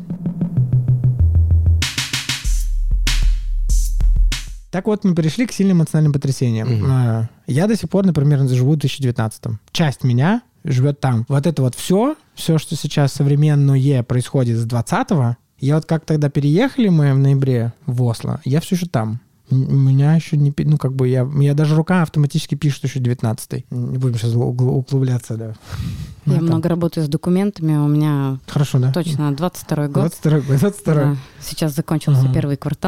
Так вот, мы перешли к сильным эмоциональным потрясениям. Я до сих пор, например, живу в 2019-м. Часть меня живет там. Вот это вот все, что сейчас современное происходит с 20-го, я вот как тогда переехали мы в ноябре в Осло, я все еще там. У меня еще не... Ну, как бы я даже рука автоматически пишет еще 19-й. Не будем сейчас углубляться, да. Я много работаю с документами, у меня... Хорошо, да? Точно, 22-й год. 22-й. Да. Сейчас закончился первый квартал.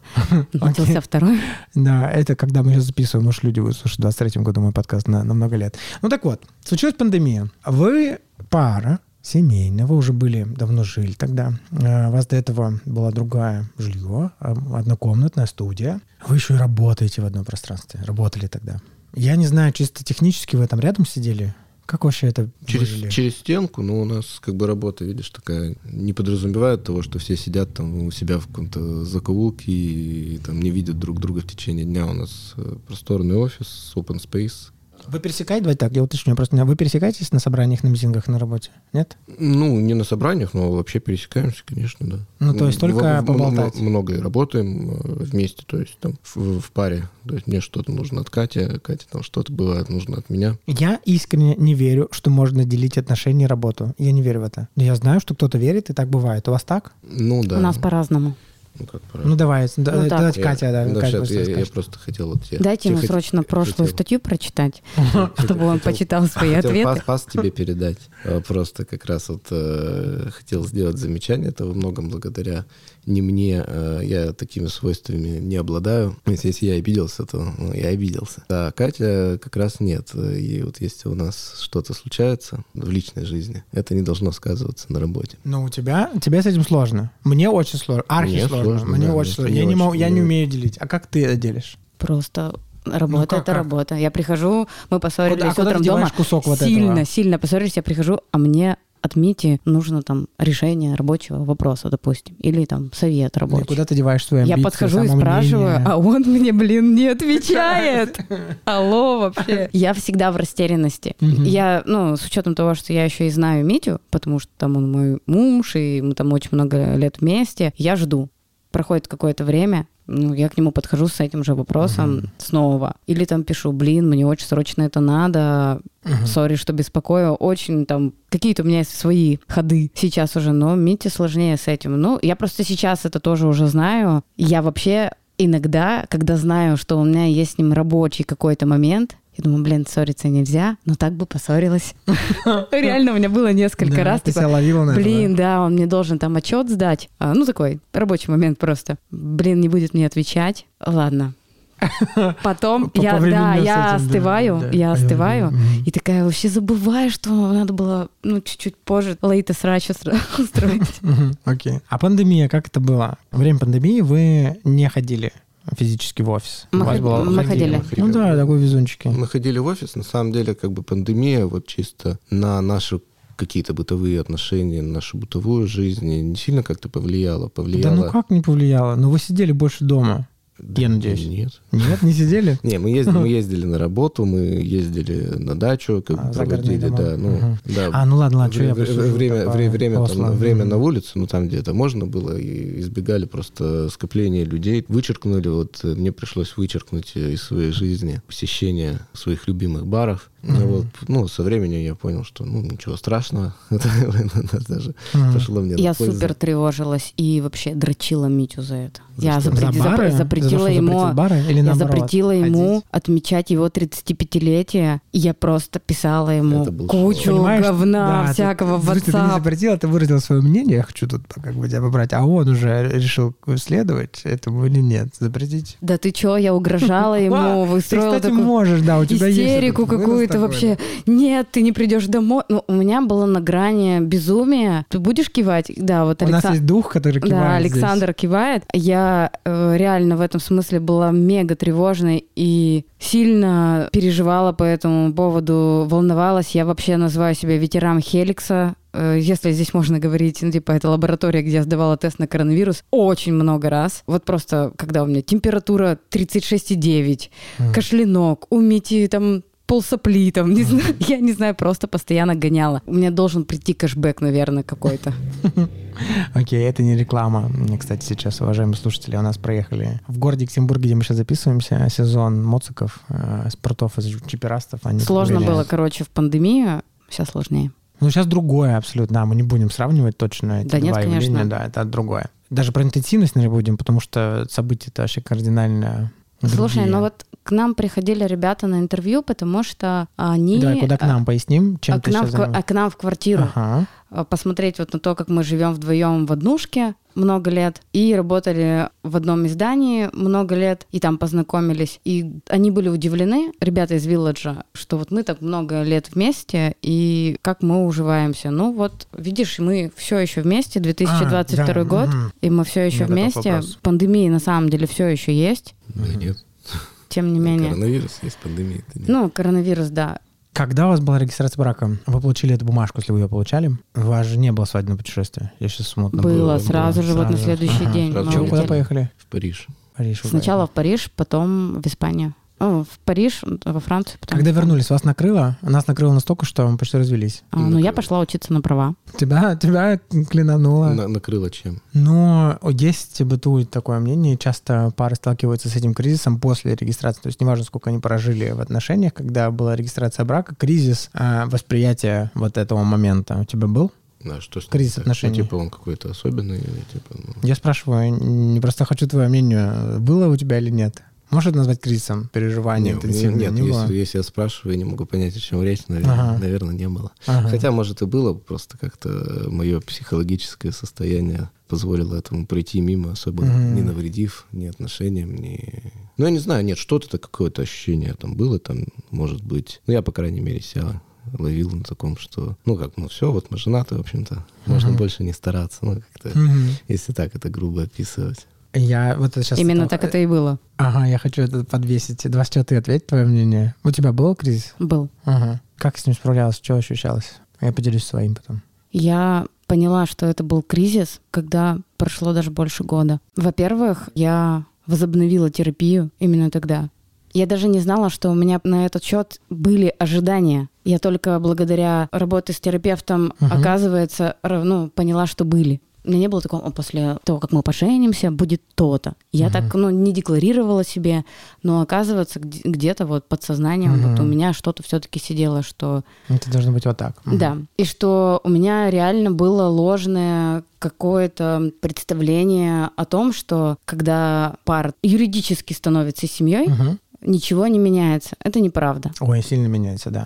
Начался второй. Да, это когда мы сейчас записываем, может, люди выслушают в 23-м году мой подкаст на много лет. Ну так вот, случилась пандемия. Вы пара семейная, вы уже были, давно жили тогда. У вас до этого была другая жилье, однокомнатная студия. Вы еще и работаете в одном пространстве. Работали тогда. Я не знаю, чисто технически вы там рядом сидели? Как вообще это через стенку, но у нас как бы работа, видишь, такая не подразумевает того, что все сидят там у себя в каком-то закоулке и там не видят друг друга в течение дня. У нас просторный офис, open space. Вы пересекаете, давайте так, я уточню, просто вы пересекаетесь на собраниях, на митингах, на работе? Нет? Ну, не на собраниях, но вообще пересекаемся, конечно, да. Ну, то есть только поболтать? Много и работаем вместе, то есть там в паре. То есть мне что-то нужно от Кати, Кате там что-то бывает нужно от меня. Я искренне не верю, что можно делить отношения и работу. Я не верю в это. Но я знаю, что кто-то верит, и так бывает. У вас так? Ну, да. У нас по-разному. Ну, давайте, Катя, да. Я просто хотел... Дайте ему срочно прошлую статью прочитать, чтобы он почитал свои ответы. Пас тебе передать. Просто как раз вот хотел сделать замечание. Это во многом благодаря не мне. Я такими свойствами не обладаю. Если я обиделся, то я обиделся. А Катя как раз нет. И вот если у нас что-то случается в личной жизни, это не должно сказываться на работе. Но у тебя с этим сложно. Мне очень сложно. Архи сложно. Мне да, очень сложно. Я не умею делить. А как ты это делишь? Просто работа это работа. Я прихожу, мы поссорились утром дома. Кусок вот этого? Сильно поссорились, я прихожу, а мне от Мити нужно там решение рабочего вопроса, допустим, или там совет рабочий. И куда ты деваешь свои амбиции, я подхожу и спрашиваю, а он мне, не отвечает. Алло, вообще. Я всегда в растерянности. Я, с учетом того, что я еще и знаю Митю, потому что там он мой муж, и мы там очень много лет вместе, я жду. Проходит какое-то время, я к нему подхожу с этим же вопросом снова. Или там пишу, мне очень срочно это надо, сори, что беспокою. Очень там, какие-то у меня есть свои ходы сейчас уже, но Мите сложнее с этим. Я просто сейчас это тоже уже знаю. Я вообще иногда, когда знаю, что у меня есть с ним рабочий какой-то момент, я думаю, ссориться нельзя, но так бы поссорилась. Реально, у меня было несколько раз. Ты себя ловила на это, да, он мне должен там отчет сдать. Такой рабочий момент просто. Не будет мне отвечать. Ладно. Потом я остываю, и такая вообще забываю, что надо было чуть-чуть позже лейта срач устроить. Окей. А пандемия, как это было? Во время пандемии вы не ходили физически в офис? Мы ходили. Ну да, такой везунчики. Мы ходили в офис. На самом деле, как бы пандемия вот чисто на наши какие-то бытовые отношения, на нашу бытовую жизнь не сильно как-то повлияла. Да как не повлияло? Вы сидели больше дома. Я надеюсь. Нет. Нет, не сидели? Не, мы ездили на работу, мы ездили на дачу, проводили, да. Ладно, что я время на улице, там где это можно было, и избегали просто скопления людей. Вычеркнули, мне пришлось вычеркнуть из своей жизни посещение своих любимых баров. Со временем я понял, что ничего страшного, это даже пошло мне на пользу. Я супер тревожилась и вообще дрочила Митю за это. Я запретила ему отмечать его 35-летие. И я просто писала ему кучу говна всякого в WhatsApp. Ты не запретила, ты выразила свое мнение, я хочу тут тебя побрать, а он уже решил следовать этому или нет? Запретить? Да ты чё, я угрожала ему, устроила такую истерику какую-то вообще. Нет, ты не придешь домой. У меня было на грани безумия. Ты будешь кивать? Да, вот у нас есть дух, который кивает. Да, Александр кивает. Я реально в этом смысле была мега тревожной и сильно переживала по этому поводу, волновалась. Я вообще называю себя ветераном Хеликса. Если здесь можно говорить, это лаборатория, где я сдавала тест на коронавирус очень много раз. Вот просто, когда у меня температура 36,9, кашлянок, у Мити там полсопли, я не знаю, просто постоянно гоняла. У меня должен прийти кэшбэк, наверное, какой-то. Окей, это не реклама. Кстати, сейчас, уважаемые слушатели, у нас проехали в городе Екатеринбурге, где мы сейчас записываемся, сезон моциков, спортов из чиперастов. Сложно было, в пандемию, сейчас сложнее. Сейчас другое абсолютно. Мы не будем сравнивать точно эти два явления. Конечно. Да, это другое. Даже про интенсивность не будем, потому что события-то вообще кардинально Слушай, к нам приходили ребята на интервью, потому что они... Давай, куда к нам поясним, чем ты сейчас занимаешься? К нам в квартиру. Ага. посмотреть вот на то, как мы живем вдвоем в однушке много лет, и работали в одном издании много лет, и там познакомились. И они были удивлены, ребята из Вилладжа, что вот мы так много лет вместе, и как мы уживаемся. Ну вот, видишь, мы все еще вместе, 2022 год, и мы все еще вместе. Пандемия на самом деле все еще есть. Да нет. Тем не менее. Коронавирус есть, пандемия. Ну, коронавирус, да. Когда у вас была регистрация брака? Вы получили эту бумажку, если вы ее получали? У вас же не было свадебного путешествия? Я сейчас смутно было. Сразу же, вот на следующий день. Чего, куда поехали? В Париж. Сначала в Париж, потом в Испанию. В Париж, во Францию. Потом когда вернулись, вас накрыло? Нас накрыло настолько, что мы почти развелись. Ну, я пошла учиться на права. Тебя клинануло? Накрыло чем? Ну, есть, бытует такое мнение, часто пары сталкиваются с этим кризисом после регистрации. То есть неважно, сколько они прожили в отношениях, когда была регистрация брака, кризис восприятия вот этого момента у тебя был? Да, что кризис отношений. Ну, типа он какой-то особенный? Типа, ну... Я спрашиваю, не просто хочу твое мнение, было у тебя или нет? Можешь это назвать кризисом, переживанием интенсивным? Нет, если я спрашиваю, я не могу понять, о чем речь, наверное, не было. Хотя, может, и было, просто как-то мое психологическое состояние позволило этому пройти мимо, особо не навредив ни отношениям, ни... Ну, я не знаю, нет, что-то какое-то ощущение там было, там, может быть... Ну, я, по крайней мере, себя ловил на таком, что, все, вот мы женаты, в общем-то, можно больше не стараться, как-то, если так это грубо описывать. Я вот это сейчас... Именно так это и было. Ага, я хочу это подвесить. 24, ты ответь, твое мнение. У тебя был кризис? Был. Ага. Как с ним справлялась? Что ощущалось? Я поделюсь своим потом. Я поняла, что это был кризис, когда прошло даже больше года. Во-первых, я возобновила терапию именно тогда. Я даже не знала, что у меня на этот счет были ожидания. Я только благодаря работе с терапевтом, оказывается, поняла, что были. У меня не было такого, после того, как мы поженимся, будет то-то. Я так, не декларировала себе, но оказывается, где-то вот подсознанием вот у меня что-то все-таки сидело, что... Это должно быть вот так. Да. И что у меня реально было ложное какое-то представление о том, что когда пара юридически становится семьей, ничего не меняется. Это неправда. Ой, сильно меняется, да.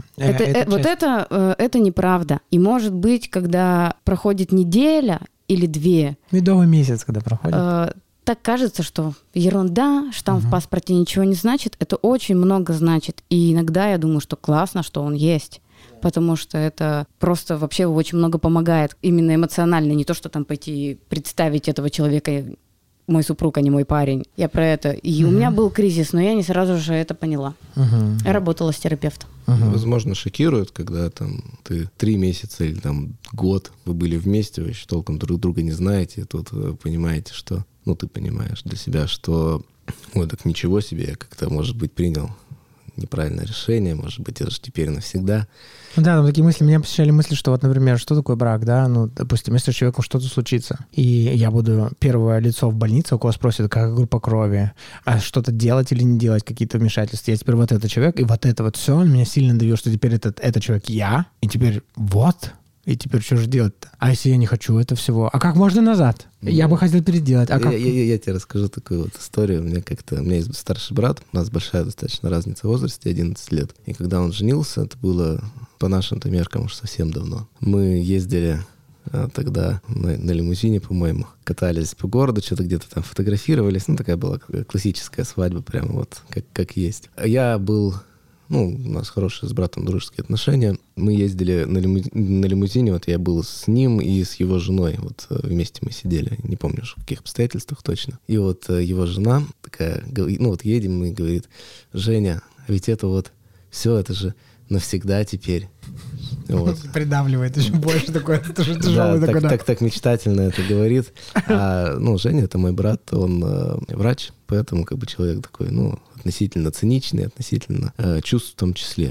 Это неправда. И может быть, когда проходит неделя или 2. Медовый месяц, когда проходит. Так кажется, что ерунда, штамп в паспорте ничего не значит. Это очень много значит. И иногда я думаю, что классно, что он есть. Потому что это просто вообще очень много помогает. Именно эмоционально. Не то, что там пойти представить этого человека, мой супруг, а не мой парень. Я про это. И у меня был кризис, но я не сразу же это поняла. Я работала с терапевтом. Возможно, шокирует, когда там ты 3 месяца или там год вы были вместе, вы еще толком друг друга не знаете, и тут вы понимаете, что... ты понимаешь для себя, что... Ой, так ничего себе, я как-то, может быть, принял неправильное решение, может быть, это же теперь навсегда. Да, там такие мысли, меня посещали мысли, что вот, например, что такое брак, да, допустим, если с человеком что-то случится, и я буду первое лицо в больнице, у кого спросят, какая группа крови, а что-то делать или не делать, какие-то вмешательства, я теперь вот этот человек, и вот это вот все, он меня сильно давил, что теперь это человек я, и теперь вот... И теперь что же делать-то? А если я не хочу это всего? А как можно назад? Я бы хотел переделать. А как... я тебе расскажу такую вот историю. У меня есть старший брат, у нас большая достаточно разница в возрасте, 11 лет. И когда он женился, это было по нашим-то меркам уж совсем давно. Мы ездили тогда на лимузине, по-моему, катались по городу, что-то где-то там фотографировались. Такая была классическая свадьба, прямо вот как есть. Я был... у нас хорошие с братом дружеские отношения. Мы ездили на лимузине, вот я был с ним и с его женой, вот вместе мы сидели, не помню, в каких обстоятельствах точно. И вот его жена такая, едем и говорит: Женя, ведь это вот все, это же навсегда теперь. Вот. Придавливает еще больше такое, это уже тяжелый такой. Так мечтательно это говорит. А, Женя, это мой брат, он врач, поэтому человек такой, относительно циничный, относительно чувств в том числе.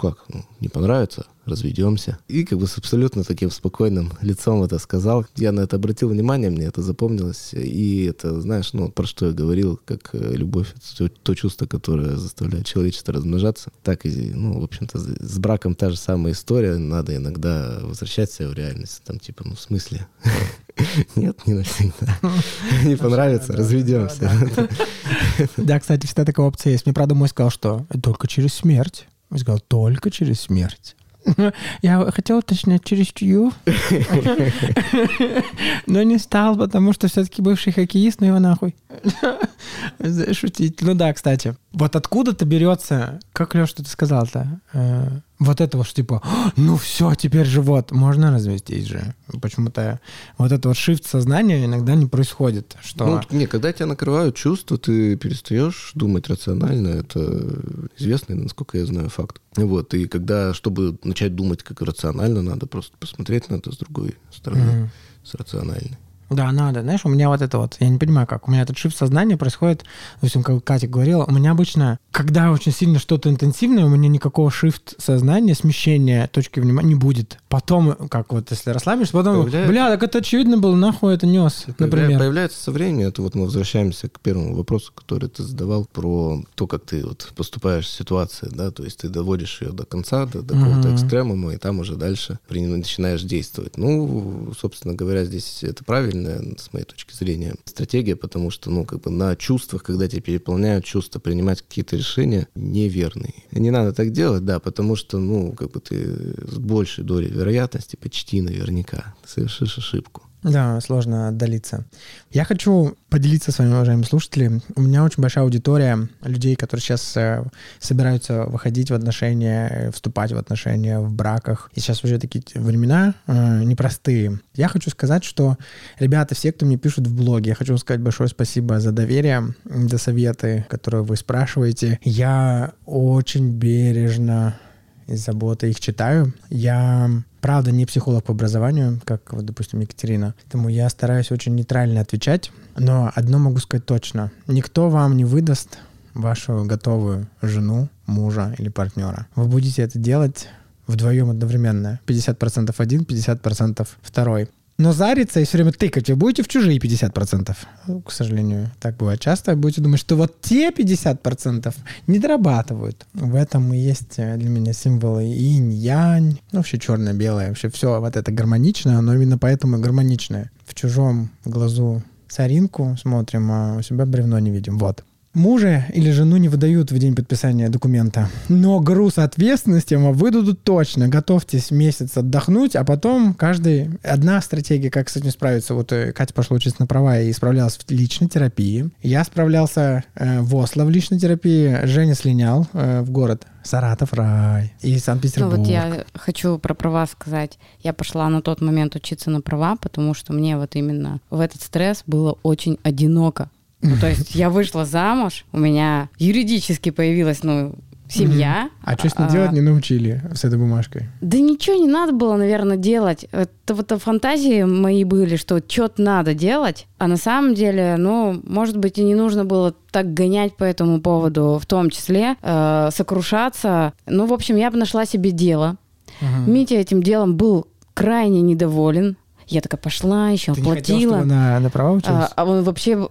Не понравится, разведемся. И с абсолютно таким спокойным лицом это сказал. Я на это обратил внимание, мне это запомнилось. И это, знаешь, про что я говорил, как любовь, то чувство, которое заставляет человечество размножаться. Так и, в общем-то, с браком та же самая история. Надо иногда возвращать себя в реальность. Там в смысле? Нет, не навсегда. Не понравится, разведемся. Да, кстати, всегда такая опция есть. Мне, правда, мой сказал, что только через смерть. Я сказал, только через смерть. Я хотел уточнять через чью, но не стал, потому что все-таки бывший хоккеист, ну его нахуй. Шутить. Ну да, кстати. Вот откуда-то берется, как, Леш, что ты сказал-то? Вот это вот, что типа, ну все, теперь же вот, можно развестись же. Почему-то вот это вот шифт сознания иногда не происходит. Что... Ну, когда тебя накрывают чувства, ты перестаешь думать рационально. Это известный, насколько я знаю, факт. Вот, и когда, чтобы начать думать как рационально, надо просто посмотреть на это с другой стороны, с рациональной. Да, надо. Знаешь, у меня вот это вот, я не понимаю, как. У меня этот шифт сознания происходит, допустим, как Катя говорила, у меня обычно, когда очень сильно что-то интенсивное, у меня никакого шифт сознания, смещения точки внимания не будет. Потом, как вот, если расслабишься, потом, так это очевидно было, нахуй это нес, например. Появляется со временем, это вот мы возвращаемся к первому вопросу, который ты задавал, про то, как ты вот поступаешь в ситуации, да, то есть ты доводишь ее до конца, до какого-то экстремума, и там уже дальше начинаешь действовать. Ну, собственно говоря, здесь это правильно, с моей точки зрения, стратегия, потому что, ну, как бы на чувствах, когда тебя переполняют чувства, принимать какие-то решения неверные. Не надо так делать, да, потому что, ну, как бы ты с большей долей вероятности, почти наверняка, совершишь ошибку. Да, сложно отдалиться. Я хочу поделиться с вами, уважаемые слушатели. У меня очень большая аудитория людей, которые сейчас собираются выходить в отношения, вступать в отношения в браках. И сейчас уже такие времена непростые. Я хочу сказать, что, ребята, все, кто мне пишут в блоге, я хочу вам сказать большое спасибо за доверие, за советы, которые вы спрашиваете. Я очень бережно и с заботой их читаю. Я, правда, не психолог по образованию, как, вот, допустим, Екатерина. Поэтому я стараюсь очень нейтрально отвечать. Но одно могу сказать точно. Никто вам не выдаст вашу готовую жену, мужа или партнера. Вы будете это делать вдвоем одновременно. 50% один, 50% второй. Но зариться и все время тыкать вы будете в чужие 50%. Ну, к сожалению, так бывает часто. Вы будете думать, что вот те 50% не дорабатывают. В этом и есть для меня символы инь-янь. Ну, вообще черное-белое. Вообще все вот это гармоничное, но именно поэтому и гармоничное. В чужом глазу соринку смотрим, а у себя бревно не видим. Вот. Мужа или жену не выдают в день подписания документа. Но груз ответственности вам выдадут точно. Готовьтесь месяц отдохнуть, а потом каждый... Одна стратегия, как с этим справиться. Вот Катя пошла учиться на права и справлялась в личной терапии. Я справлялся в Осло в личной терапии. Женя слинял в город Саратов, рай. И Санкт-Петербург. Ну вот я хочу про права сказать. Я пошла на тот момент учиться на права, потому что мне вот именно в этот стресс было очень одиноко. Ну, то есть я вышла замуж, у меня юридически появилась, семья. А что с ней делать не научили с этой бумажкой? Да ничего не надо было, наверное, делать. Это вот фантазии мои были, что что-то надо делать, а на самом деле, может быть, и не нужно было так гонять по этому поводу, в том числе сокрушаться. В общем, я бы нашла себе дело. Митя этим делом был крайне недоволен. Я такая пошла, еще ты оплатила. Ты не хотела, чтобы на права училась? А он вообще...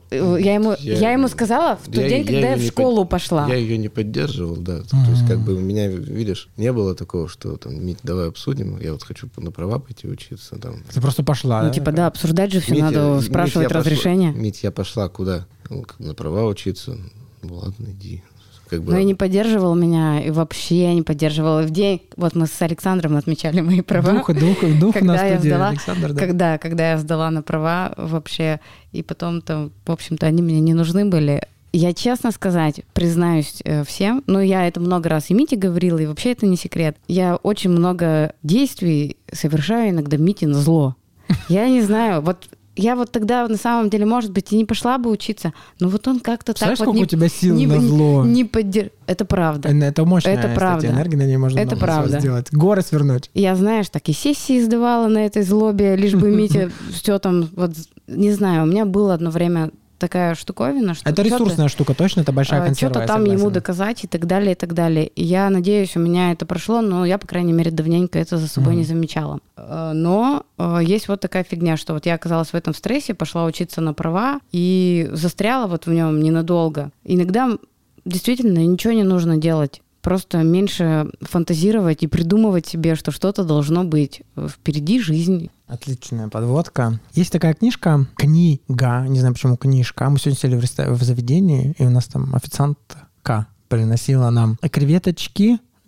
Я ему сказала в тот день, когда я в школу пошла. Я ее не поддерживал, да. То есть как бы у меня, видишь, не было такого, что там, Мить, давай обсудим, я вот хочу на права пойти учиться. Там. Ты просто пошла, да? Обсуждать же все надо, спрашивать разрешение. Мить, я пошла куда? На права учиться. Ну ладно, иди. И не поддерживал меня, и вообще я не поддерживала. В день, вот мы с Александром отмечали мои права. Дух у нас студии, Александр, да. Когда я сдала на права вообще, и потом-то, в общем-то, они мне не нужны были. Я, честно сказать, признаюсь всем, я это много раз и Мите говорила, и вообще это не секрет. Я очень много действий совершаю иногда Мите на зло. Я не знаю, я вот тогда, на самом деле, может быть, и не пошла бы учиться, но вот он как-то так вот... сколько у тебя сил на зло? Это правда. Это мощная, это правда. Энергия, на ней можно это правда. Сделать. Горы свернуть. Я, знаешь, так и сессии сдавала на этой злобе, лишь бы Митя все там... Не знаю, у меня было одно время такая штуковина, что... Это ресурсная штука, точно, это большая консерва. Что-то там ему доказать и так далее, и так далее. И я надеюсь, у меня это прошло, но я, по крайней мере, давненько это за собой не замечала. Но есть вот такая фигня, что вот я оказалась в этом стрессе, пошла учиться на права и застряла вот в нем ненадолго. Иногда действительно ничего не нужно делать. Просто меньше фантазировать и придумывать себе, что что-то должно быть. Впереди жизнь. Отличная подводка. Есть такая книга, не знаю почему книжка. Мы сегодня сели в заведении, и у нас там официантка приносила нам креветочки,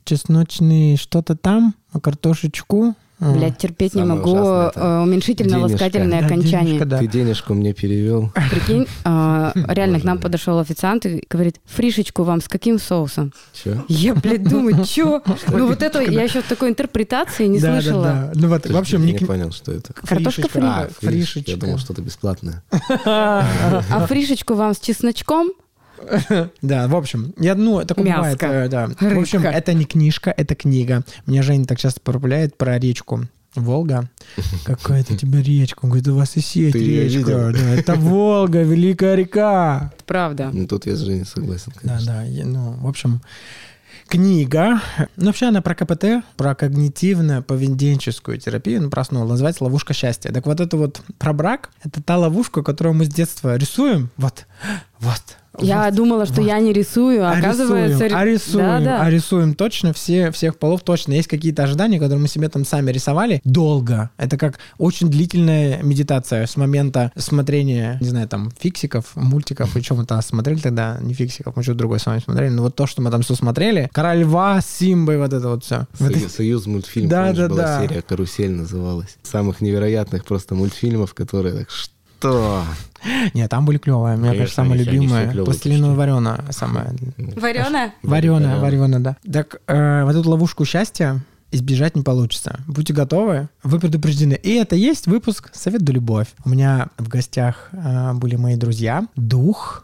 чесночный что-то там, картошечку. Блядь, терпеть не могу уменьшительно-ласкательное окончание. Денежка, да. Ты денежку мне перевел. Прикинь, реально к нам подошел официант и говорит, фришечку вам с каким соусом? Че? Я, блядь, думаю, чё? Ну вот это я еще такой интерпретации не слышала. Да. Ну вот, в общем, я не понял, что это. Картошка фри. Фришечка. Я думал, что-то бесплатное. А фришечку вам с чесночком? Да, в общем, такое бывает. Да. Рыбка. В общем, это не книжка, это книга. Меня Женя так часто поправляет про речку Волга. Какая-то тебе речка. Он говорит, у вас и есть Ты её речка. видел? Да, это Волга, великая река. Правда. Ну, тут я с Женей согласен, конечно. Да. В общем, книга. Вообще она про КПТ, про когнитивно-поведенческую терапию, просто называется «Ловушка счастья». Так вот это вот про брак, это та ловушка, которую мы с детства рисуем. Вот. Я думала, что я не рисую, а оказывается... Рисуем точно, всех полов точно. Есть какие-то ожидания, которые мы себе там сами рисовали долго. Это как очень длительная медитация с момента смотрения, не знаю, там, фиксиков, мультиков, и что мы там смотрели тогда, не фиксиков, мы что-то другое с вами смотрели, но вот то, что мы там все смотрели, «Король Льва», «Симба» и вот это вот все. Союз мультфильм, была серия «Карусель» называлась. Самых невероятных просто мультфильмов, которые так... Что? Нет, там были клевые. Мне кажется, самая любимая. «Пластилиновая варена». Самая... Вареная? Варена, да. Так вот эту ловушку счастья избежать не получится. Будьте готовы, вы предупреждены. И это есть выпуск «Совет да любовь». У меня в гостях были мои друзья. Дух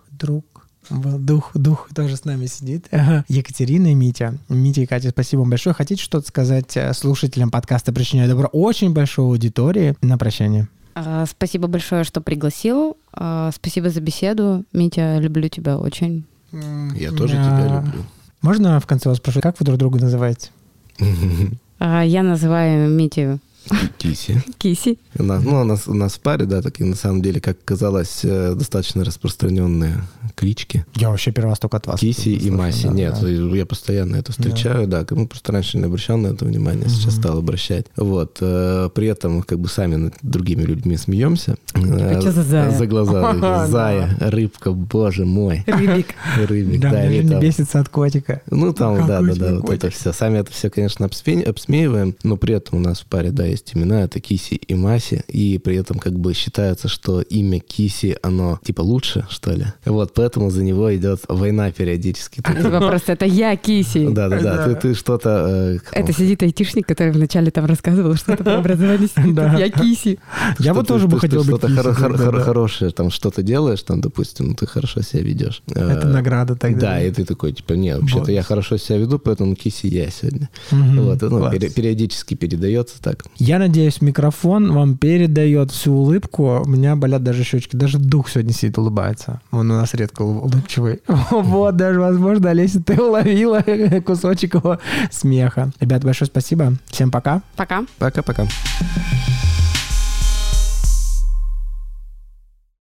тоже с нами сидит. Екатерина и Митя. Митя и Катя, спасибо вам большое. Хотите что-то сказать слушателям подкаста «Причиняю добро» очень большой аудитории на прощание? Спасибо большое, что пригласил. Спасибо за беседу. Митя, люблю тебя очень. Я тоже тебя люблю. Можно в конце вас спрошу, как вы друг друга называете? Я называю Митю Киси. У нас в паре, да, такие на самом деле, как казалось, достаточно распространенные клички. Я вообще первый раз только от вас. Киси и Маси. Нет, я постоянно это встречаю, да. Мы просто раньше не обращал на это внимания, сейчас стал обращать. Вот. При этом как бы сами над другими людьми смеемся. Что за зая? За глаза. Зая, рыбка, боже мой. Рыбик. Да, мне не бесится от котика. Ну там, да, вот это все. Сами это все, конечно, обсмеиваем, но при этом у нас в паре, да, есть имена, это Киси и Маси, и при этом как бы считается, что имя Киси, оно типа лучше, что ли. Вот, поэтому за него идет война периодически. Просто это я Киси. Да, ты что-то... Это сидит айтишник, который вначале там рассказывал что-то про образование. Я Киси. Я вот тоже бы хотел быть Киси. Что-то хорошее, там что-то делаешь, там, допустим, ты хорошо себя ведешь. Это награда тогда. Да, и ты такой, типа, нет, вообще-то я хорошо себя веду, поэтому Киси я сегодня. Вот, периодически передается так. Я надеюсь, микрофон вам передает всю улыбку. У меня болят даже щечки. Даже дух сегодня сидит, улыбается. Он у нас редко улыбчивый. Вот, даже, возможно, Олеся, ты уловила кусочек его смеха. Ребят, большое спасибо. Всем пока. Пока. Пока-пока.